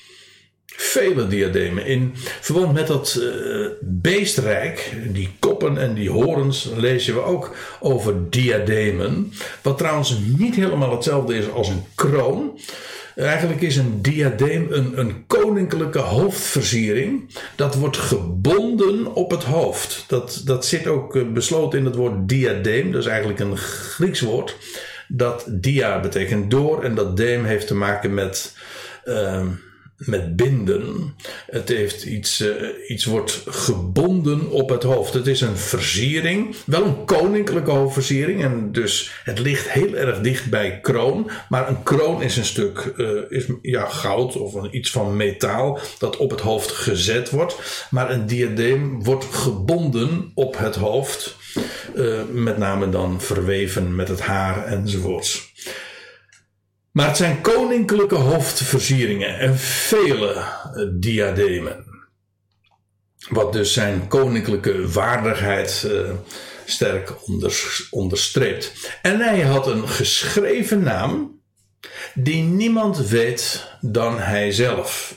Vele diademen. In verband met dat uh, beestrijk, die koppen en die horens, lezen we ook over diademen. Wat trouwens niet helemaal hetzelfde is als een kroon. Eigenlijk is een diadeem een, een koninklijke hoofdversiering. Dat wordt gebonden op het hoofd. Dat, dat zit ook uh, besloten in het woord diadeem. Dat is eigenlijk een Grieks woord. Dat dia betekent door en dat deem heeft te maken met Uh, met binden. Het heeft iets, uh, iets wordt gebonden op het hoofd. Het is een versiering, wel een koninklijke hoofdversiering, en dus het ligt heel erg dicht bij kroon. Maar een kroon is een stuk uh, is, ja, goud of een, iets van metaal dat op het hoofd gezet wordt. Maar een diadeem wordt gebonden op het hoofd, uh, met name dan verweven met het haar enzovoorts. Maar het zijn koninklijke hoofdversieringen en vele diademen. Wat dus zijn koninklijke waardigheid uh, sterk onders, onderstreept. En hij had een geschreven naam die niemand weet dan hij zelf.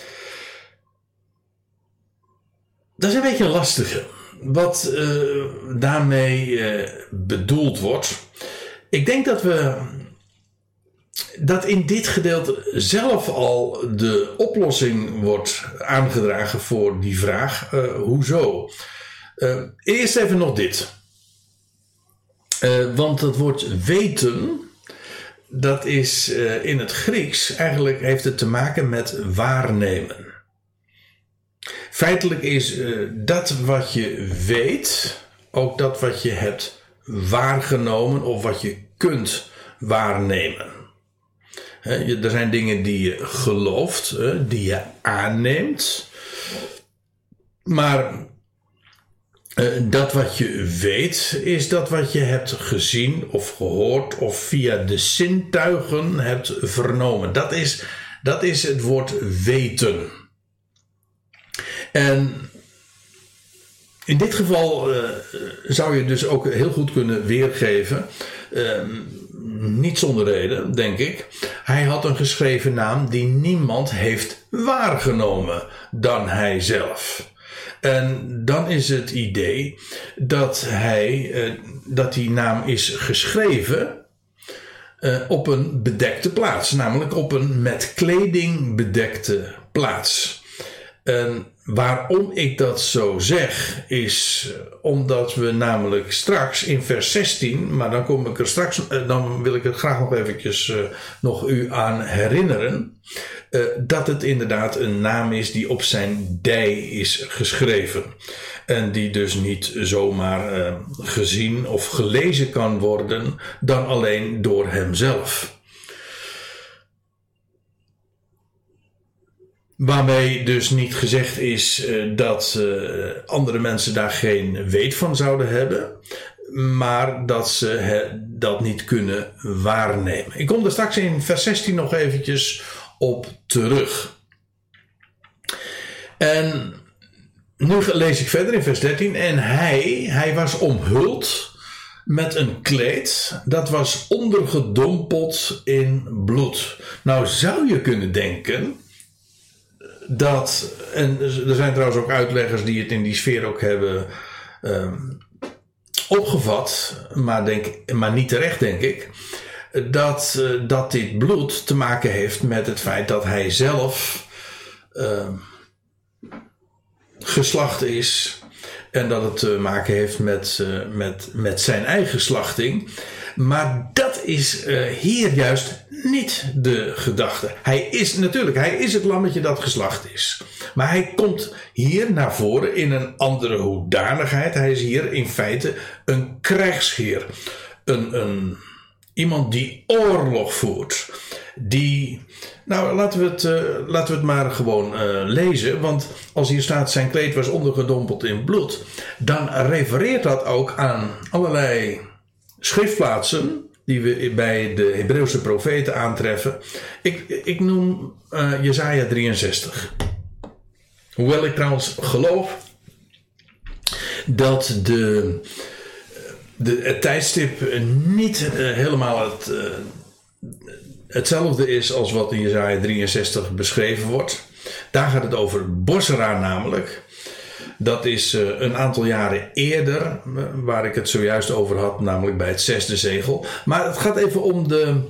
Dat is een beetje lastig. Wat uh, daarmee uh, bedoeld wordt. Ik denk dat we dat in dit gedeelte zelf al de oplossing wordt aangedragen voor die vraag. Uh, hoezo? Uh, eerst even nog dit. Uh, want het woord weten, dat is uh, in het Grieks, eigenlijk heeft het te maken met waarnemen. Feitelijk is uh, dat wat je weet, ook dat wat je hebt waargenomen of wat je kunt waarnemen. He, er zijn dingen die je gelooft, die je aanneemt. Maar dat wat je weet, is dat wat je hebt gezien of gehoord of via de zintuigen hebt vernomen. Dat is, dat is het woord weten. En in dit geval uh, zou je dus ook heel goed kunnen weergeven. Uh, niet zonder reden, denk ik. Hij had een geschreven naam die niemand heeft waargenomen dan hij zelf. En dan is het idee dat hij, uh, dat die naam is geschreven uh, op een bedekte plaats. Namelijk op een met kleding bedekte plaats. En waarom ik dat zo zeg, is omdat we namelijk straks in vers zestien, maar dan kom ik er straks, dan wil ik het graag nog eventjes uh, nog u aan herinneren, uh, dat het inderdaad een naam is die op zijn dij is geschreven. En die dus niet zomaar uh, gezien of gelezen kan worden dan alleen door hemzelf. Waarmee dus niet gezegd is uh, dat uh, andere mensen daar geen weet van zouden hebben. Maar dat ze he, dat niet kunnen waarnemen. Ik kom er straks in vers zestien nog eventjes op terug. En nu lees ik verder in vers dertien. En hij, hij was omhuld met een kleed dat was ondergedompeld in bloed. Nou zou je kunnen denken dat, en er zijn trouwens ook uitleggers die het in die sfeer ook hebben um, opgevat, maar, denk, maar niet terecht denk ik, dat, uh, dat dit bloed te maken heeft met het feit dat hij zelf uh, geslacht is. En dat het te maken heeft met, uh, met, met zijn eigen slachting. Maar dat is uh, hier juist niet de gedachte. Hij is natuurlijk, hij is het lammetje dat geslacht is. Maar hij komt hier naar voren in een andere hoedanigheid. Hij is hier in feite een krijgsheer. Een, een, iemand die oorlog voert. Die, nou laten we het, uh, laten we het maar gewoon uh, lezen. Want als hier staat zijn kleed was ondergedompeld in bloed. Dan refereert dat ook aan allerlei schriftplaatsen die we bij de Hebreeuwse profeten aantreffen. Ik, ik noem uh, Jesaja drieënzestig. Hoewel ik trouwens geloof dat de, de, het tijdstip niet uh, helemaal het, uh, hetzelfde is als wat in Jesaja drieënzestig beschreven wordt. Daar gaat het over Bosra namelijk. Dat is uh, een aantal jaren eerder, uh, waar ik het zojuist over had, namelijk bij het zesde zegel. Maar het gaat even om de,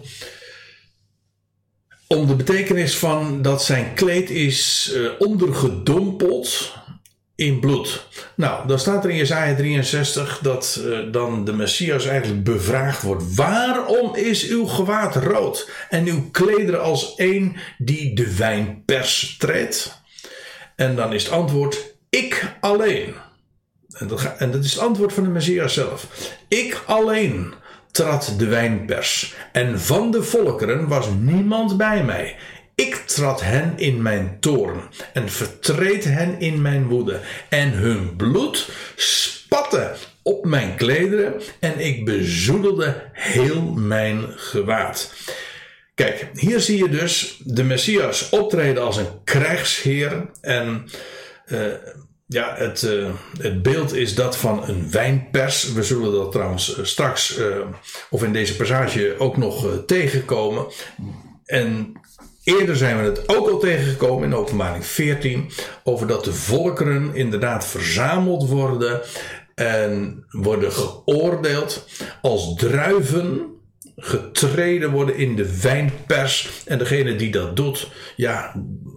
om de betekenis van dat zijn kleed is uh, ondergedompeld in bloed. Nou, dan staat er in Jesaja drieënzestig dat uh, dan de Messias eigenlijk bevraagd wordt. Waarom is uw gewaad rood en uw klederen als een die de wijnpers treedt? En dan is het antwoord: ik alleen. En dat, en dat is het antwoord van de Messias zelf. Ik alleen trad de wijnpers. En van de volkeren was niemand bij mij. Ik trad hen in mijn toorn. En vertreed hen in mijn woede. En hun bloed spatte op mijn klederen. En ik bezoedelde heel mijn gewaad. Kijk, hier zie je dus de Messias optreden als een krijgsheer. En Uh, ja, het, uh, het beeld is dat van een wijnpers. We zullen dat trouwens uh, straks, uh, of in deze passage, ook nog uh, tegenkomen. En eerder zijn we het ook al tegengekomen in Openbaring veertien. Over dat de volkeren inderdaad verzameld worden en worden geoordeeld als druiven. Getreden worden in de wijnpers. En degene die dat doet, ja,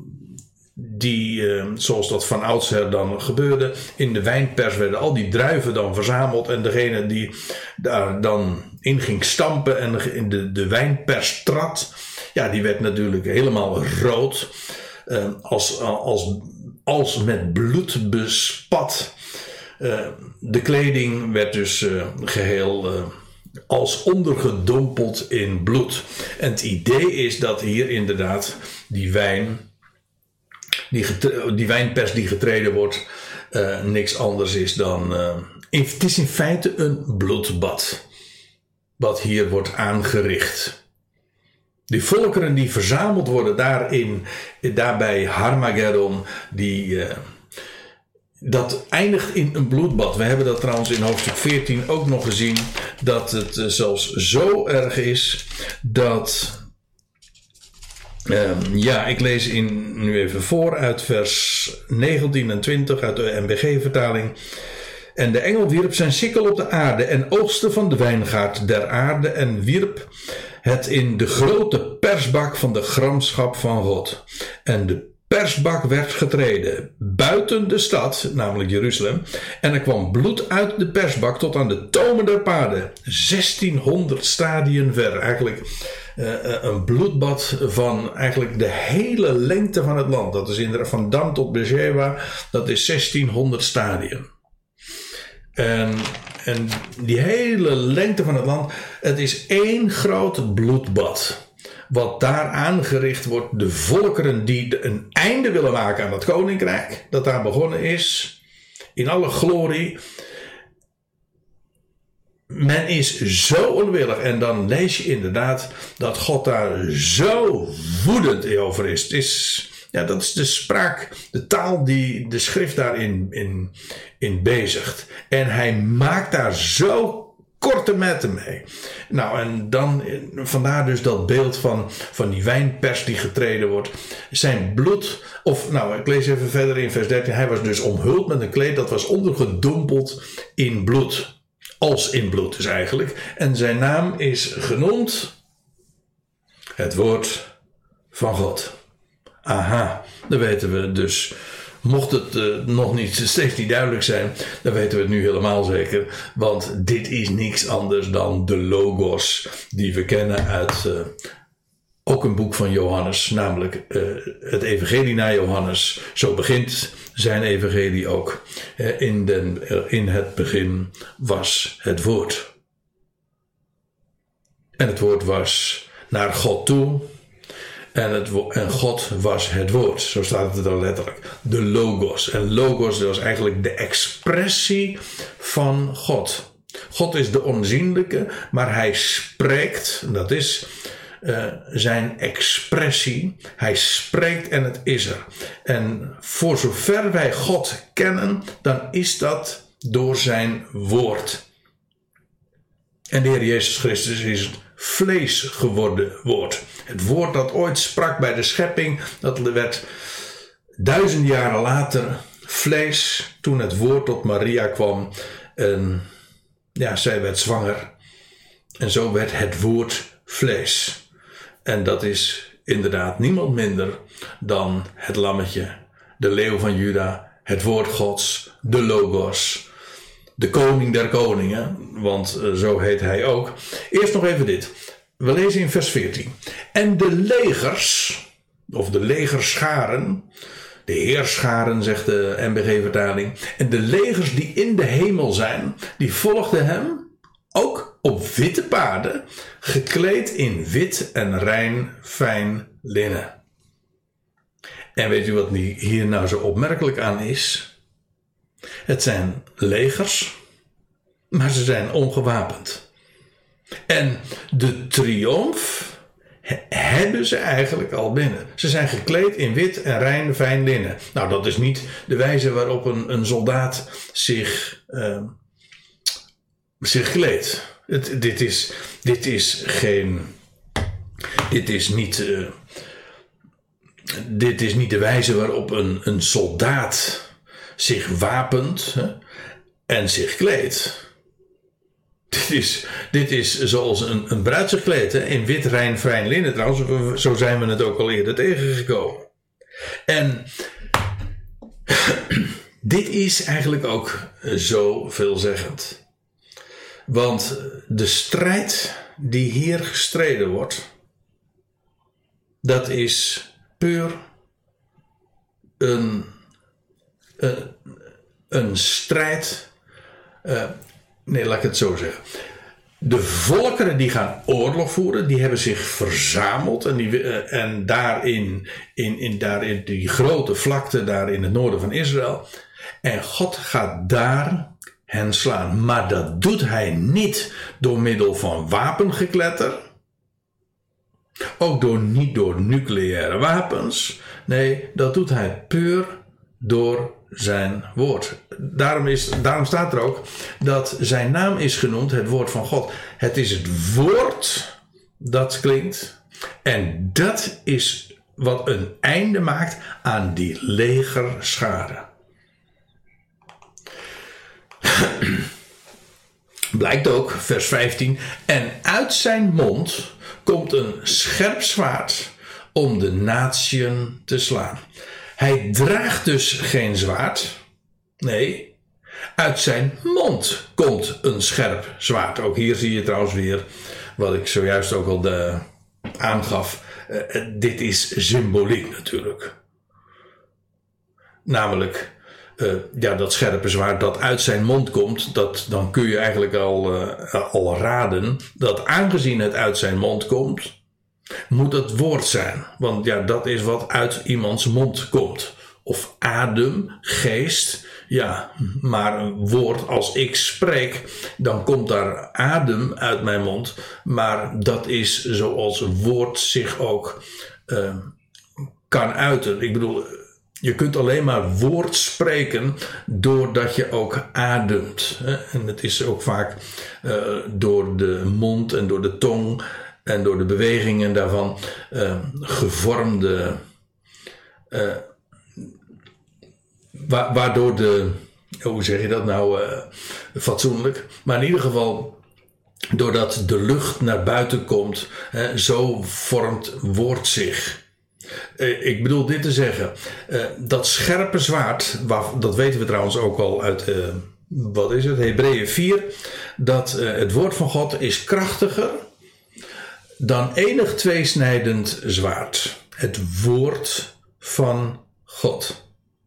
die, uh, zoals dat van oudsher dan gebeurde, in de wijnpers werden al die druiven dan verzameld. En degene die daar dan in ging stampen en in de, de wijnpers trad, ja, die werd natuurlijk helemaal rood. Uh, als, als, als met bloed bespat. Uh, de kleding werd dus uh, geheel Uh, als ondergedompeld in bloed. En het idee is dat hier inderdaad die wijn, die, getre- die wijnpers die getreden wordt, uh, niks anders is dan, uh, in, het is in feite een bloedbad, wat hier wordt aangericht. Die volkeren die verzameld worden daarin, daarbij Harmageddon, die Uh, dat eindigt in een bloedbad. We hebben dat trouwens in hoofdstuk veertien ook nog gezien. Dat het uh, zelfs zo erg is dat Uh, ja, ik lees in, nu even voor uit vers negentien en twintig uit de N B G-vertaling. En de engel wierp zijn sikkel op de aarde en oogste van de wijngaard der aarde en wierp het in de grote persbak van de gramschap van God. En de persbak werd getreden buiten de stad, namelijk Jeruzalem. En er kwam bloed uit de persbak tot aan de tomen der paarden. zestienhonderd stadien ver. Eigenlijk uh, een bloedbad van eigenlijk de hele lengte van het land. Dat is inderdaad van Dan tot Beersheba. Dat is zestienhonderd stadien. En, en die hele lengte van het land. Het is één groot bloedbad. Wat daar aangericht wordt, de volkeren die een einde willen maken aan het koninkrijk, dat daar begonnen is, in alle glorie. Men is zo onwillig. En dan lees je inderdaad dat God daar zo woedend over is. Het is, ja, dat is de spraak, de taal die de schrift daarin in, in bezigt. En hij maakt daar zo korte metten mee. Nou, en dan, vandaar dus dat beeld van, van die wijnpers die getreden wordt. Zijn bloed, of nou, ik lees even verder in vers dertien. Hij was dus omhuld met een kleed dat was ondergedompeld in bloed. Als in bloed dus eigenlijk. En zijn naam is genoemd het woord van God. Aha, dan weten we dus. Mocht het uh, nog niet, steeds niet duidelijk zijn, dan weten we het nu helemaal zeker. Want dit is niks anders dan de Logos die we kennen uit uh, ook een boek van Johannes, namelijk uh, het Evangelie naar Johannes. Zo begint zijn Evangelie ook. Uh, in, den, uh, in het begin was het woord. En het woord was naar God toe. En, het, en God was het woord. Zo staat het er letterlijk. De Logos. En Logos, dat was eigenlijk de expressie van God. God is de onzienlijke, maar hij spreekt. Dat is uh, zijn expressie. Hij spreekt en het is er. En voor zover wij God kennen, dan is dat door zijn woord. En de Heer Jezus Christus is het vlees geworden woord. Het woord dat ooit sprak bij de schepping, dat werd duizend jaren later vlees toen het woord tot Maria kwam. En ja, zij werd zwanger. En zo werd het woord vlees. En dat is inderdaad niemand minder dan het lammetje, de leeuw van Juda, het woord Gods, de Logos. De koning der koningen, want uh, zo heet hij ook. Eerst nog even dit. We lezen in vers veertien. En de legers, of de legerscharen, de heerscharen zegt de N B G-vertaling. En de legers die in de hemel zijn, die volgden hem ook op witte paarden, gekleed in wit en rein fijn linnen. En weet u wat hier nou zo opmerkelijk aan is? Het zijn legers, maar ze zijn ongewapend. En de triomf hebben ze eigenlijk al binnen. Ze zijn gekleed in wit en rein fijn linnen. Nou, dat is niet de wijze waarop een, een soldaat zich, uh, zich kleedt. Het, dit, is, dit is geen... Dit is niet... Uh, dit is niet de wijze waarop een, een soldaat zich wapent hè, en zich kleedt. Dit is, dit is zoals een, een bruid zich kleedt, hè, in wit, rein, fijn linnen trouwens. Zo zijn we het ook al eerder tegengekomen. En dit is eigenlijk ook zo veelzeggend. Want de strijd die hier gestreden wordt, dat is puur een, een, een strijd. Uh, nee, laat ik het zo zeggen. De volkeren die gaan oorlog voeren, die hebben zich verzameld. En, die, uh, en daarin, in, in, daarin die grote vlakte daar in het noorden van Israël. En God gaat daar hen slaan. Maar dat doet hij niet door middel van wapengekletter. Ook door, niet door nucleaire wapens. Nee, dat doet hij puur door zijn woord. Daarom, is, daarom staat er ook dat zijn naam is genoemd, het woord van God. Het is het woord dat klinkt. En dat is wat een einde maakt aan die legerschade. Blijkt ook, vers vijftien. En uit zijn mond komt een scherp zwaard om de natieën te slaan. Hij draagt dus geen zwaard. Nee, uit zijn mond komt een scherp zwaard. Ook hier zie je trouwens weer wat ik zojuist ook al de, aangaf. Uh, dit is symboliek natuurlijk. Namelijk, uh, ja, dat scherpe zwaard dat uit zijn mond komt, dat, dan kun je eigenlijk al, uh, al raden dat aangezien het uit zijn mond komt, moet het woord zijn. Want ja, dat is wat uit iemands mond komt. Of adem, geest. Ja, maar een woord, als ik spreek, dan komt daar adem uit mijn mond. Maar dat is zoals een woord zich ook uh, kan uiten. Ik bedoel, je kunt alleen maar woord spreken doordat je ook ademt. Hè? En het is ook vaak uh, door de mond en door de tong en door de bewegingen daarvan uh, gevormde, uh, wa- waardoor de, hoe zeg je dat nou, uh, fatsoenlijk, maar in ieder geval doordat de lucht naar buiten komt, uh, zo vormt woord zich. Uh, ik bedoel dit te zeggen. Uh, dat scherpe zwaard, waar, dat weten we trouwens ook al uit, uh, wat is het, Hebreeën vier. Dat uh, het woord van God is krachtiger dan enig tweesnijdend zwaard. Het woord van God.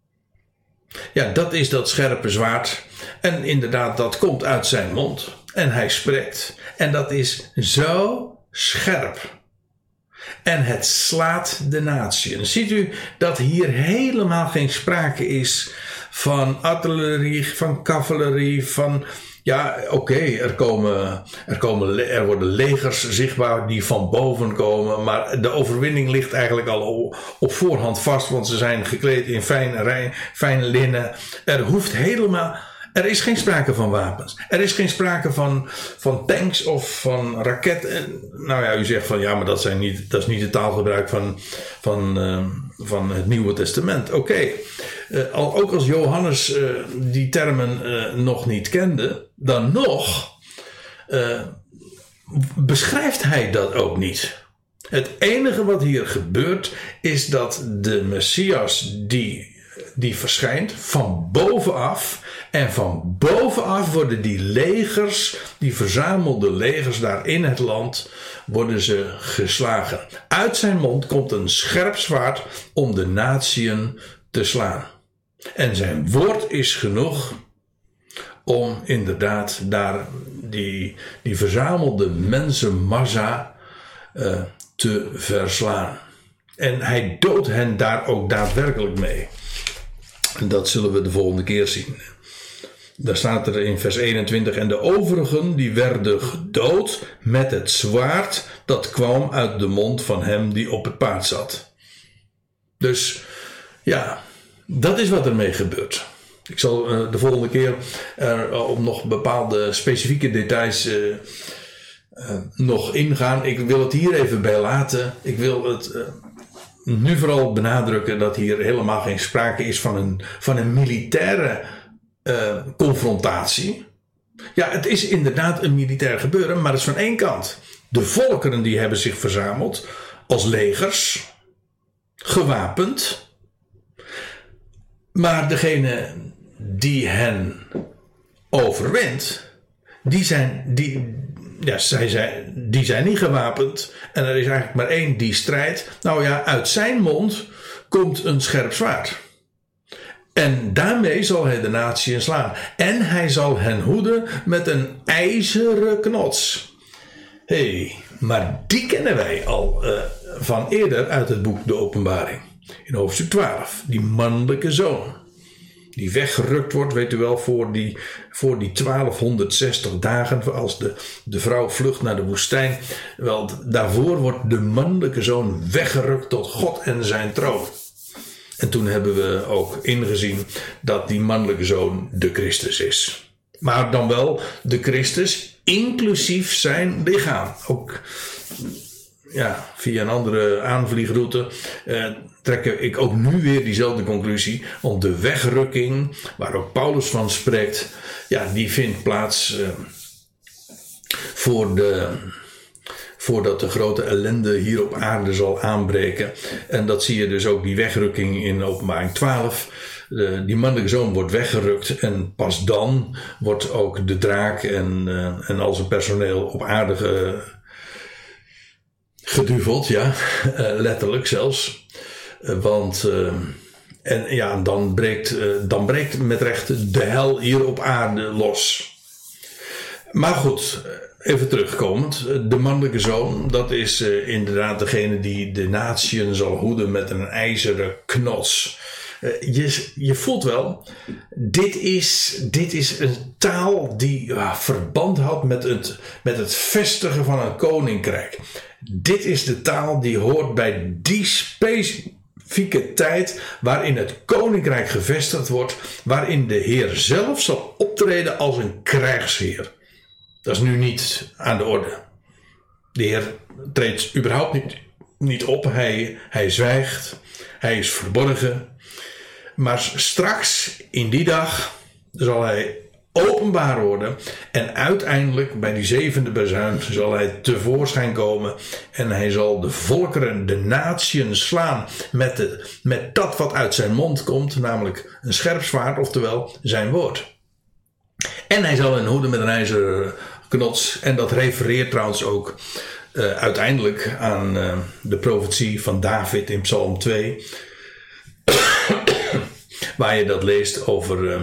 Ja, dat is dat scherpe zwaard. En inderdaad, dat komt uit zijn mond. En hij spreekt. En dat is zo scherp. En het slaat de natieën. Ziet u dat hier helemaal geen sprake is van artillerie, van cavalerie, van... Ja, oké, okay, er, komen, er, komen, er worden legers zichtbaar die van boven komen. Maar de overwinning ligt eigenlijk al op voorhand vast. Want ze zijn gekleed in fijn, fijn linnen. Er hoeft helemaal... Er is geen sprake van wapens. Er is geen sprake van, van tanks of van raketten. Nou ja, u zegt van ja, maar dat, zijn niet, dat is niet het taalgebruik van, van, uh, van het Nieuwe Testament. Oké, okay. uh, al, ook als Johannes uh, die termen uh, nog niet kende, dan nog uh, beschrijft hij dat ook niet. Het enige wat hier gebeurt is dat de Messias die... die verschijnt van bovenaf. En van bovenaf worden die legers, die verzamelde legers daar in het land, worden ze geslagen. Uit zijn mond komt een scherp zwaard om de natieën te slaan. En zijn woord is genoeg om inderdaad daar die, die verzamelde mensenmassa uh, te verslaan. En hij doodt hen daar ook daadwerkelijk mee. En dat zullen we de volgende keer zien. Daar staat er in vers eenentwintig. En de overigen die werden gedood met het zwaard dat kwam uit de mond van hem die op het paard zat. Dus ja, dat is wat ermee gebeurt. Ik zal uh, de volgende keer er uh, op nog bepaalde specifieke details uh, uh, nog ingaan. Ik wil het hier even bij laten. Ik wil het... Uh, Nu vooral benadrukken dat hier helemaal geen sprake is van een, van een militaire uh, confrontatie. Ja, het is inderdaad een militair gebeuren, maar dat is van één kant. De volkeren die hebben zich verzameld als legers, gewapend. Maar degene die hen overwint, die zijn... Die, Ja, zij zijn, die zijn niet gewapend. En er is eigenlijk maar één die strijdt. Nou ja, uit zijn mond komt een scherp zwaard. En daarmee zal hij de natieën slaan. En hij zal hen hoeden met een ijzeren knots. Hé, hey, maar die kennen wij al uh, van eerder uit het boek De Openbaring. In hoofdstuk twaalf. Die mannelijke zoon. Die weggerukt wordt, weet u wel, voor die, voor die twaalfhonderdzestig dagen. Als de, de vrouw vlucht naar de woestijn. Wel, daarvoor wordt de mannelijke zoon weggerukt tot God en zijn troon. En toen hebben we ook ingezien dat die mannelijke zoon de Christus is. Maar dan wel de Christus inclusief zijn lichaam. Ook ja, via een andere aanvliegroute eh, trek ik ook nu weer diezelfde conclusie. Want de wegrukking, waar ook Paulus van spreekt, ja, die vindt plaats eh, voor de... voordat de grote ellende hier op aarde zal aanbreken. En dat zie je dus ook, die wegrukking in Openbaring twaalf. De, die mannelijke zoon wordt weggerukt. En pas dan wordt ook de draak en, uh, en al zijn personeel op aarde ge, geduveld. Ja, uh, letterlijk zelfs. Uh, want... Uh, en ja, dan breekt, uh, dan breekt met recht de hel hier op aarde los. Maar goed... Even terugkomend, de mannelijke zoon, dat is uh, inderdaad degene die de natieën zal hoeden met een ijzeren knots. Uh, je, je voelt wel, dit is, dit is een taal die uh, verband houdt met het, met het vestigen van een koninkrijk. Dit is de taal die hoort bij die specifieke tijd waarin het koninkrijk gevestigd wordt, waarin de Heer zelf zal optreden als een krijgsheer. Dat is nu niet aan de orde. De Heer treedt überhaupt niet, niet op. Hij, hij zwijgt. Hij is verborgen. Maar straks, in die dag, zal hij openbaar worden. En uiteindelijk bij die zevende bazuin zal hij tevoorschijn komen. En hij zal de volkeren, de natieën slaan met, de, met dat wat uit zijn mond komt. Namelijk een scherp zwaard, oftewel zijn woord. En hij zal hen hoeden met een ijzeren knots. En dat refereert trouwens ook uh, uiteindelijk aan uh, de profetie van David in Psalm twee. Waar je dat leest over... Uh,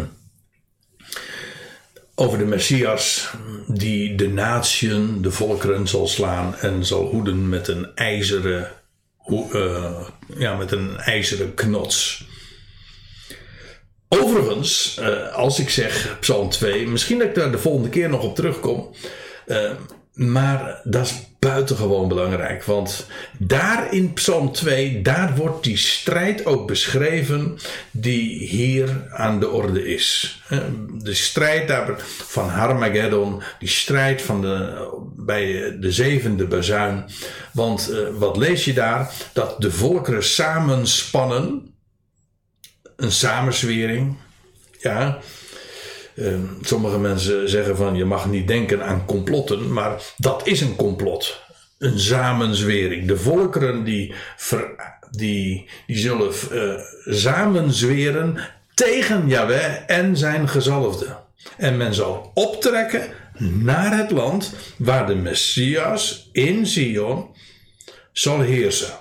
Over de Messias die de natieën, de volkeren zal slaan en zal hoeden met een ijzeren, uh, ja, met een ijzeren knots. Overigens, uh, als ik zeg Psalm twee, misschien dat ik daar de volgende keer nog op terugkom. Uh, maar dat is buitengewoon belangrijk. Want daar in Psalm twee, daar wordt die strijd ook beschreven die hier aan de orde is. De strijd daar van Harmageddon, die strijd van de, bij de zevende bazuin. Want uh, wat lees je daar? Dat de volkeren samenspannen. Een samenzwering. Ja. Uh, sommige mensen zeggen van je mag niet denken aan complotten, maar dat is een complot. Een samenzwering. De volkeren die, ver, die, die zullen uh, samenzweren tegen Jahweh en zijn gezalfde. En men zal optrekken naar het land waar de Messias in Sion zal heersen.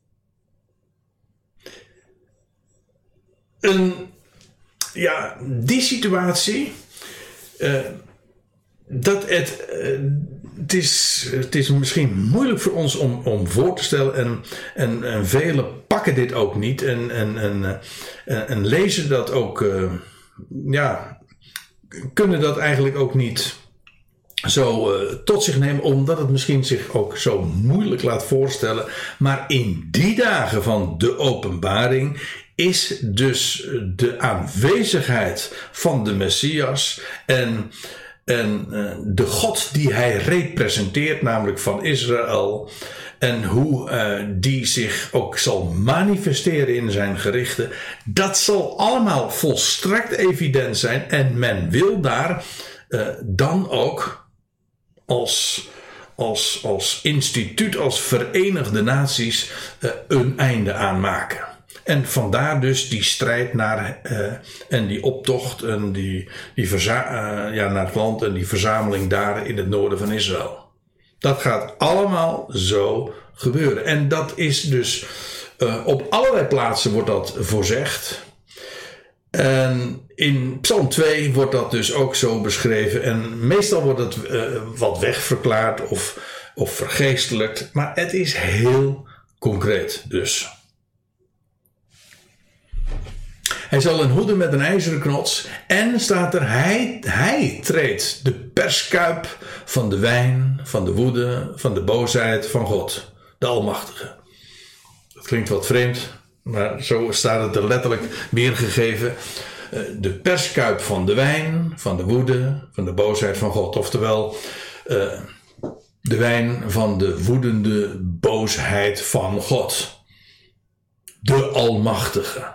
Een Ja, die situatie, uh, dat het, uh, het, is, het is misschien moeilijk voor ons om, om voor te stellen en, en, en velen pakken dit ook niet en, en, en, en, en lezen dat ook, uh, ja, kunnen dat eigenlijk ook niet zo uh, tot zich nemen, omdat het misschien zich ook zo moeilijk laat voorstellen. Maar in die dagen van de openbaring is dus de aanwezigheid van de Messias en, en uh, de God die hij representeert, namelijk van Israël, en hoe uh, die zich ook zal manifesteren in zijn gerichten, dat zal allemaal volstrekt evident zijn en men wil daar uh, dan ook als, als, als instituut, als Verenigde Naties uh, een einde aan maken. En vandaar dus die strijd naar, uh, en die optocht en die, die verza- uh, ja, naar het land en die verzameling daar in het noorden van Israël. Dat gaat allemaal zo gebeuren. En dat is dus, uh, op allerlei plaatsen wordt dat voorzegd. En in Psalm twee wordt dat dus ook zo beschreven. En meestal wordt het uh, wat wegverklaard of, of vergeestelijkt. Maar het is heel concreet dus. Hij zal hen hoeden met een ijzeren knots. En staat er, hij, hij treedt de perskuip van de wijn, van de woede, van de boosheid van God, de Almachtige. Dat klinkt wat vreemd, maar zo staat het er letterlijk weergegeven. De perskuip van de wijn, van de woede, van de boosheid van God. Oftewel, uh, de wijn van de woedende boosheid van God. De Almachtige.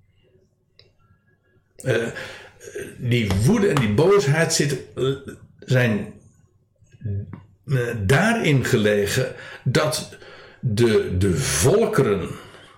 Uh, die woede en die boosheid zit, uh, zijn uh, daarin gelegen dat de, de volkeren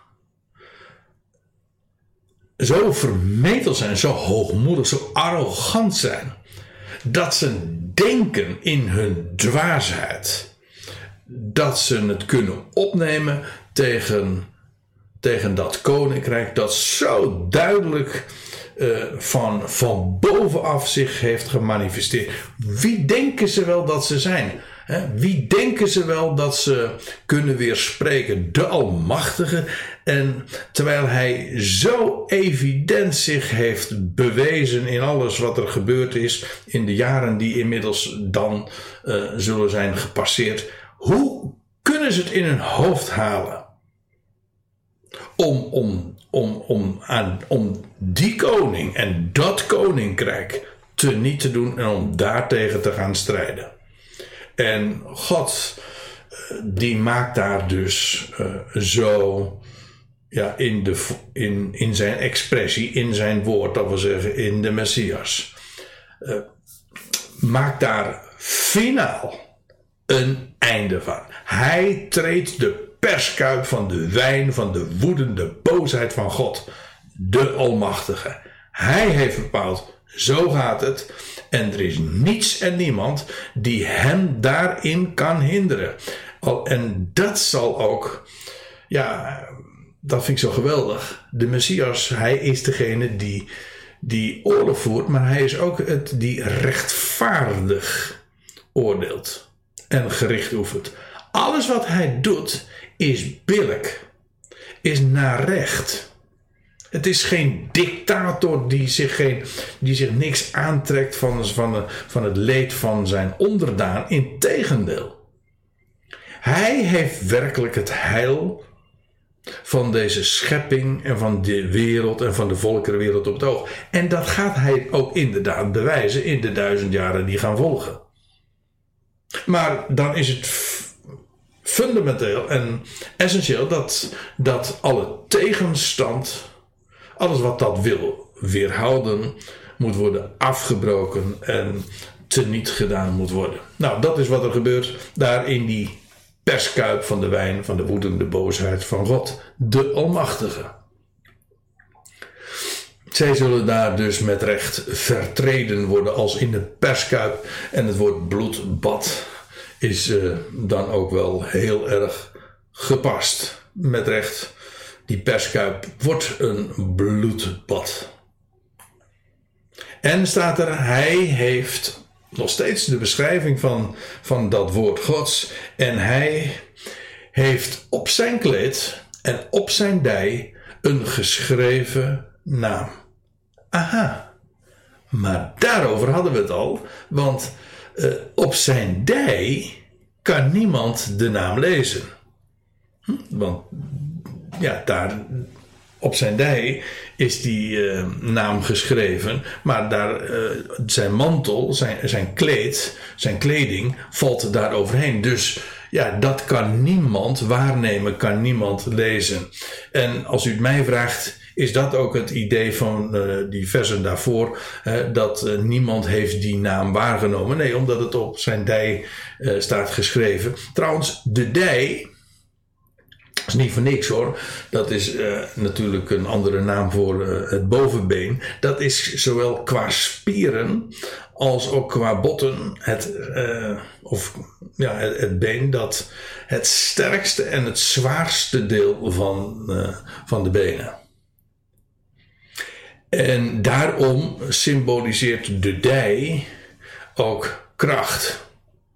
zo vermetel zijn, zo hoogmoedig, zo arrogant zijn, dat ze denken in hun dwaasheid dat ze het kunnen opnemen tegen, tegen dat koninkrijk dat zo duidelijk Uh, van, van bovenaf zich heeft gemanifesteerd. Wie denken ze wel dat ze zijn? He? Wie denken ze wel dat ze kunnen weerspreken? De Almachtige. En terwijl hij zo evident zich heeft bewezen in alles wat er gebeurd is, in de jaren die inmiddels dan uh, zullen zijn gepasseerd. Hoe kunnen ze het in hun hoofd halen? Om, om, om, om, aan, om die koning en dat koninkrijk teniet te doen en om daartegen te gaan strijden. En God, die maakt daar dus uh, zo, ja, in, de, in, in zijn expressie, in zijn woord, dat wil zeggen in de Messias. Uh, maakt daar finaal een einde van. Hij treedt de perskuip van de wijn van de woedende boosheid van God, de Almachtige. Hij heeft bepaald, zo gaat het. En er is niets en niemand die hem daarin kan hinderen. En dat zal ook, ja, dat vind ik zo geweldig. De Messias, hij is degene die, die oorlog voert, maar hij is ook het die rechtvaardig oordeelt en gericht oefent. Alles wat hij doet is billijk, is naar recht. Het is geen dictator die zich, geen, die zich niks aantrekt van, van, van het leed van zijn onderdaan. Integendeel. Hij heeft werkelijk het heil van deze schepping en van de wereld en van de volkerenwereld op het oog. En dat gaat hij ook inderdaad bewijzen in de duizend jaren die gaan volgen. Maar dan is het fundamenteel en essentieel dat, dat alle tegenstand, alles wat dat wil weerhouden, moet worden afgebroken en teniet gedaan moet worden. Nou, dat is wat er gebeurt daar in die perskuip van de wijn van de woedende boosheid van God, de Almachtige. Zij zullen daar dus met recht vertreden worden als in de perskuip. En het woord bloedbad is uh, dan ook wel heel erg gepast. Met recht, die perskuip wordt een bloedbad. En staat er, hij heeft nog steeds de beschrijving van, van dat woord Gods. En hij heeft op zijn kleed en op zijn dij een geschreven naam. Aha, maar daarover hadden we het al. Want uh, op zijn dij kan niemand de naam lezen. Hm? Want ja, daar op zijn dij is die uh, naam geschreven. Maar daar, uh, zijn mantel, zijn, zijn kleed, zijn kleding valt daar overheen. Dus ja, dat kan niemand waarnemen, kan niemand lezen. En als u het mij vraagt, is dat ook het idee van uh, die versen daarvoor, uh, dat uh, niemand heeft die naam waargenomen. Nee, omdat het op zijn dij uh, staat geschreven. Trouwens, de dij, dat is niet voor niks hoor. Dat is uh, natuurlijk een andere naam voor uh, het bovenbeen. Dat is zowel qua spieren als ook qua botten het, uh, of, ja, het, het been dat het sterkste en het zwaarste deel van, uh, van de benen. En daarom symboliseert de dij ook kracht.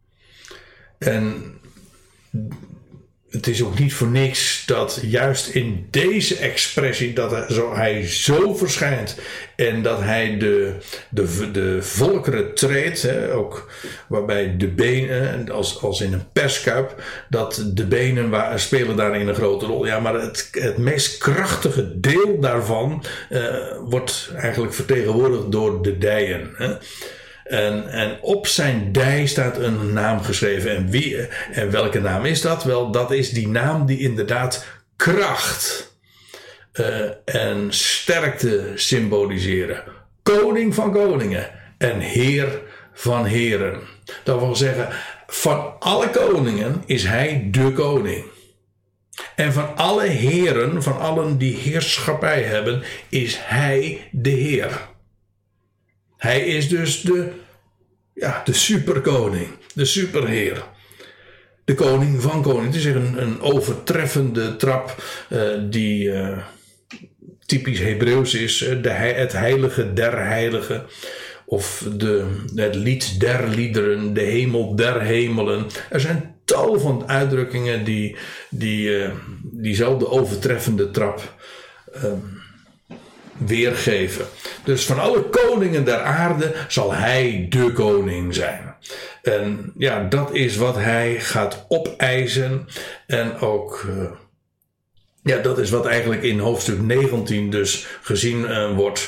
En het is ook niet voor niks dat juist in deze expressie dat hij zo, hij zo verschijnt en dat hij de, de, de volkeren treedt, hè, ook waarbij de benen, als, als in een perskuip, dat de benen waar, spelen daarin een grote rol. Ja, maar het, het meest krachtige deel daarvan uh, wordt eigenlijk vertegenwoordigd door de dijen. Hè. En, en op zijn dij staat een naam geschreven. En, wie, en welke naam is dat? Wel, dat is die naam die inderdaad kracht uh, en sterkte symboliseren. Koning van koningen en heer van heren. Dat wil zeggen, van alle koningen is hij de koning. En van alle heren, van allen die heerschappij hebben, is hij de heer. Hij is dus de, ja, de superkoning, de superheer. De koning van koning. Het is een, een overtreffende trap uh, die uh, typisch Hebreeuws is. Uh, de, het heilige der heiligen. Of de, het lied der liederen. De hemel der hemelen. Er zijn tal van uitdrukkingen die, die uh, diezelfde overtreffende trap Uh, weergeven. Dus van alle koningen der aarde zal hij de koning zijn. En ja, dat is wat hij gaat opeisen. En ook, uh, ja, dat is wat eigenlijk in hoofdstuk negentien dus gezien uh, wordt.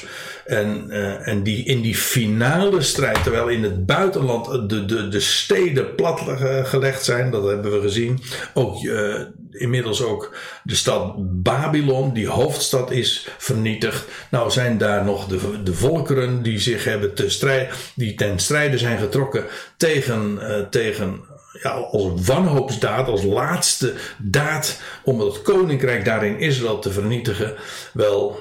En, uh, en die, in die finale strijd, terwijl in het buitenland de, de, de steden plat gelegd zijn, dat hebben we gezien. Ook uh, inmiddels ook de stad Babylon, die hoofdstad, is vernietigd. Nou zijn daar nog de, de volkeren die zich hebben te strijden, die ten strijde zijn getrokken tegen, uh, tegen ja, als wanhoopsdaad, als laatste daad om het koninkrijk daar in Israël te vernietigen. Wel,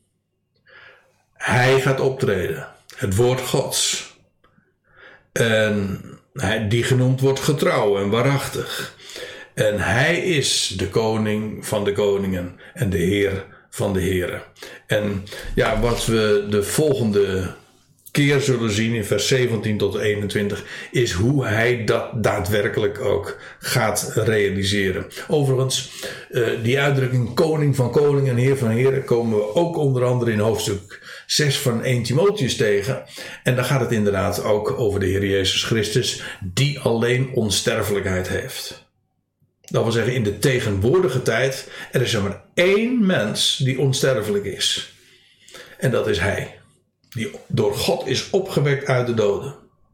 hij gaat optreden. Het woord Gods. En hij, die genoemd wordt getrouw en waarachtig. En hij is de koning van de koningen en de heer van de heren. En ja, wat we de volgende keer zullen zien in vers zeventien tot eenentwintig is hoe hij dat daadwerkelijk ook gaat realiseren. Overigens, die uitdrukking koning van koningen en heer van heren komen we ook onder andere in hoofdstuk zes van eerste Timotheüs tegen. En dan gaat het inderdaad ook over de Heer Jezus Christus, die alleen onsterfelijkheid heeft. Dat wil zeggen, in de tegenwoordige tijd, er is er maar één mens die onsterfelijk is. En dat is hij. Die door God is opgewekt uit de doden.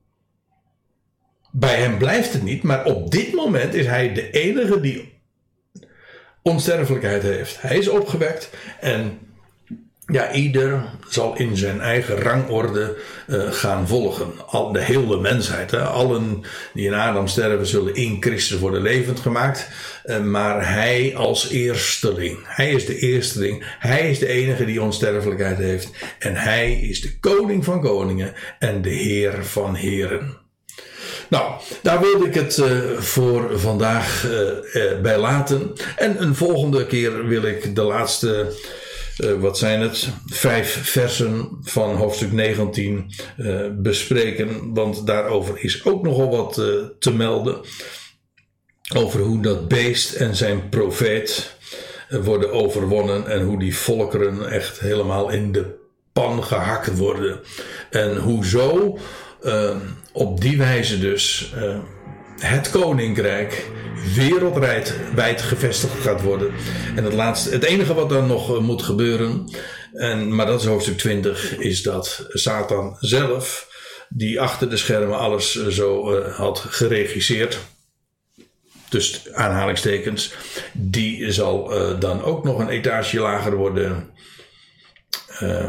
Bij hem blijft het niet, maar op dit moment is hij de enige die onsterfelijkheid heeft. Hij is opgewekt en ja, ieder zal in zijn eigen rangorde uh, gaan volgen. Al de hele mensheid, hè? Allen die in Adam sterven zullen in Christus worden levend gemaakt. Uh, maar hij als eersteling. Hij is de eersteling. Hij is de enige die onsterfelijkheid heeft. En hij is de koning van koningen en de heer van heren. Nou, daar wilde ik het uh, voor vandaag uh, uh, bij laten. En een volgende keer wil ik de laatste... Uh, wat zijn het? Vijf versen van hoofdstuk negentien uh, bespreken. Want daarover is ook nogal wat uh, te melden. Over hoe dat beest en zijn profeet uh, worden overwonnen. En hoe die volkeren echt helemaal in de pan gehakt worden. En hoezo uh, op die wijze dus uh, het koninkrijk wereldwijd gevestigd gaat worden. En het laatste, het enige wat dan nog moet gebeuren, en, maar dat is hoofdstuk twintig, is dat Satan zelf, die achter de schermen alles zo uh, had geregisseerd, dus aanhalingstekens, die zal uh, dan ook nog een etage lager worden uh,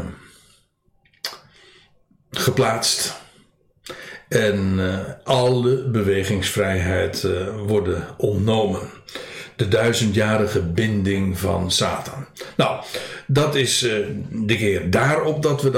geplaatst. En uh, alle bewegingsvrijheid uh, worden ontnomen. De duizendjarige binding van Satan. Nou, dat is uh, de keer daarop dat we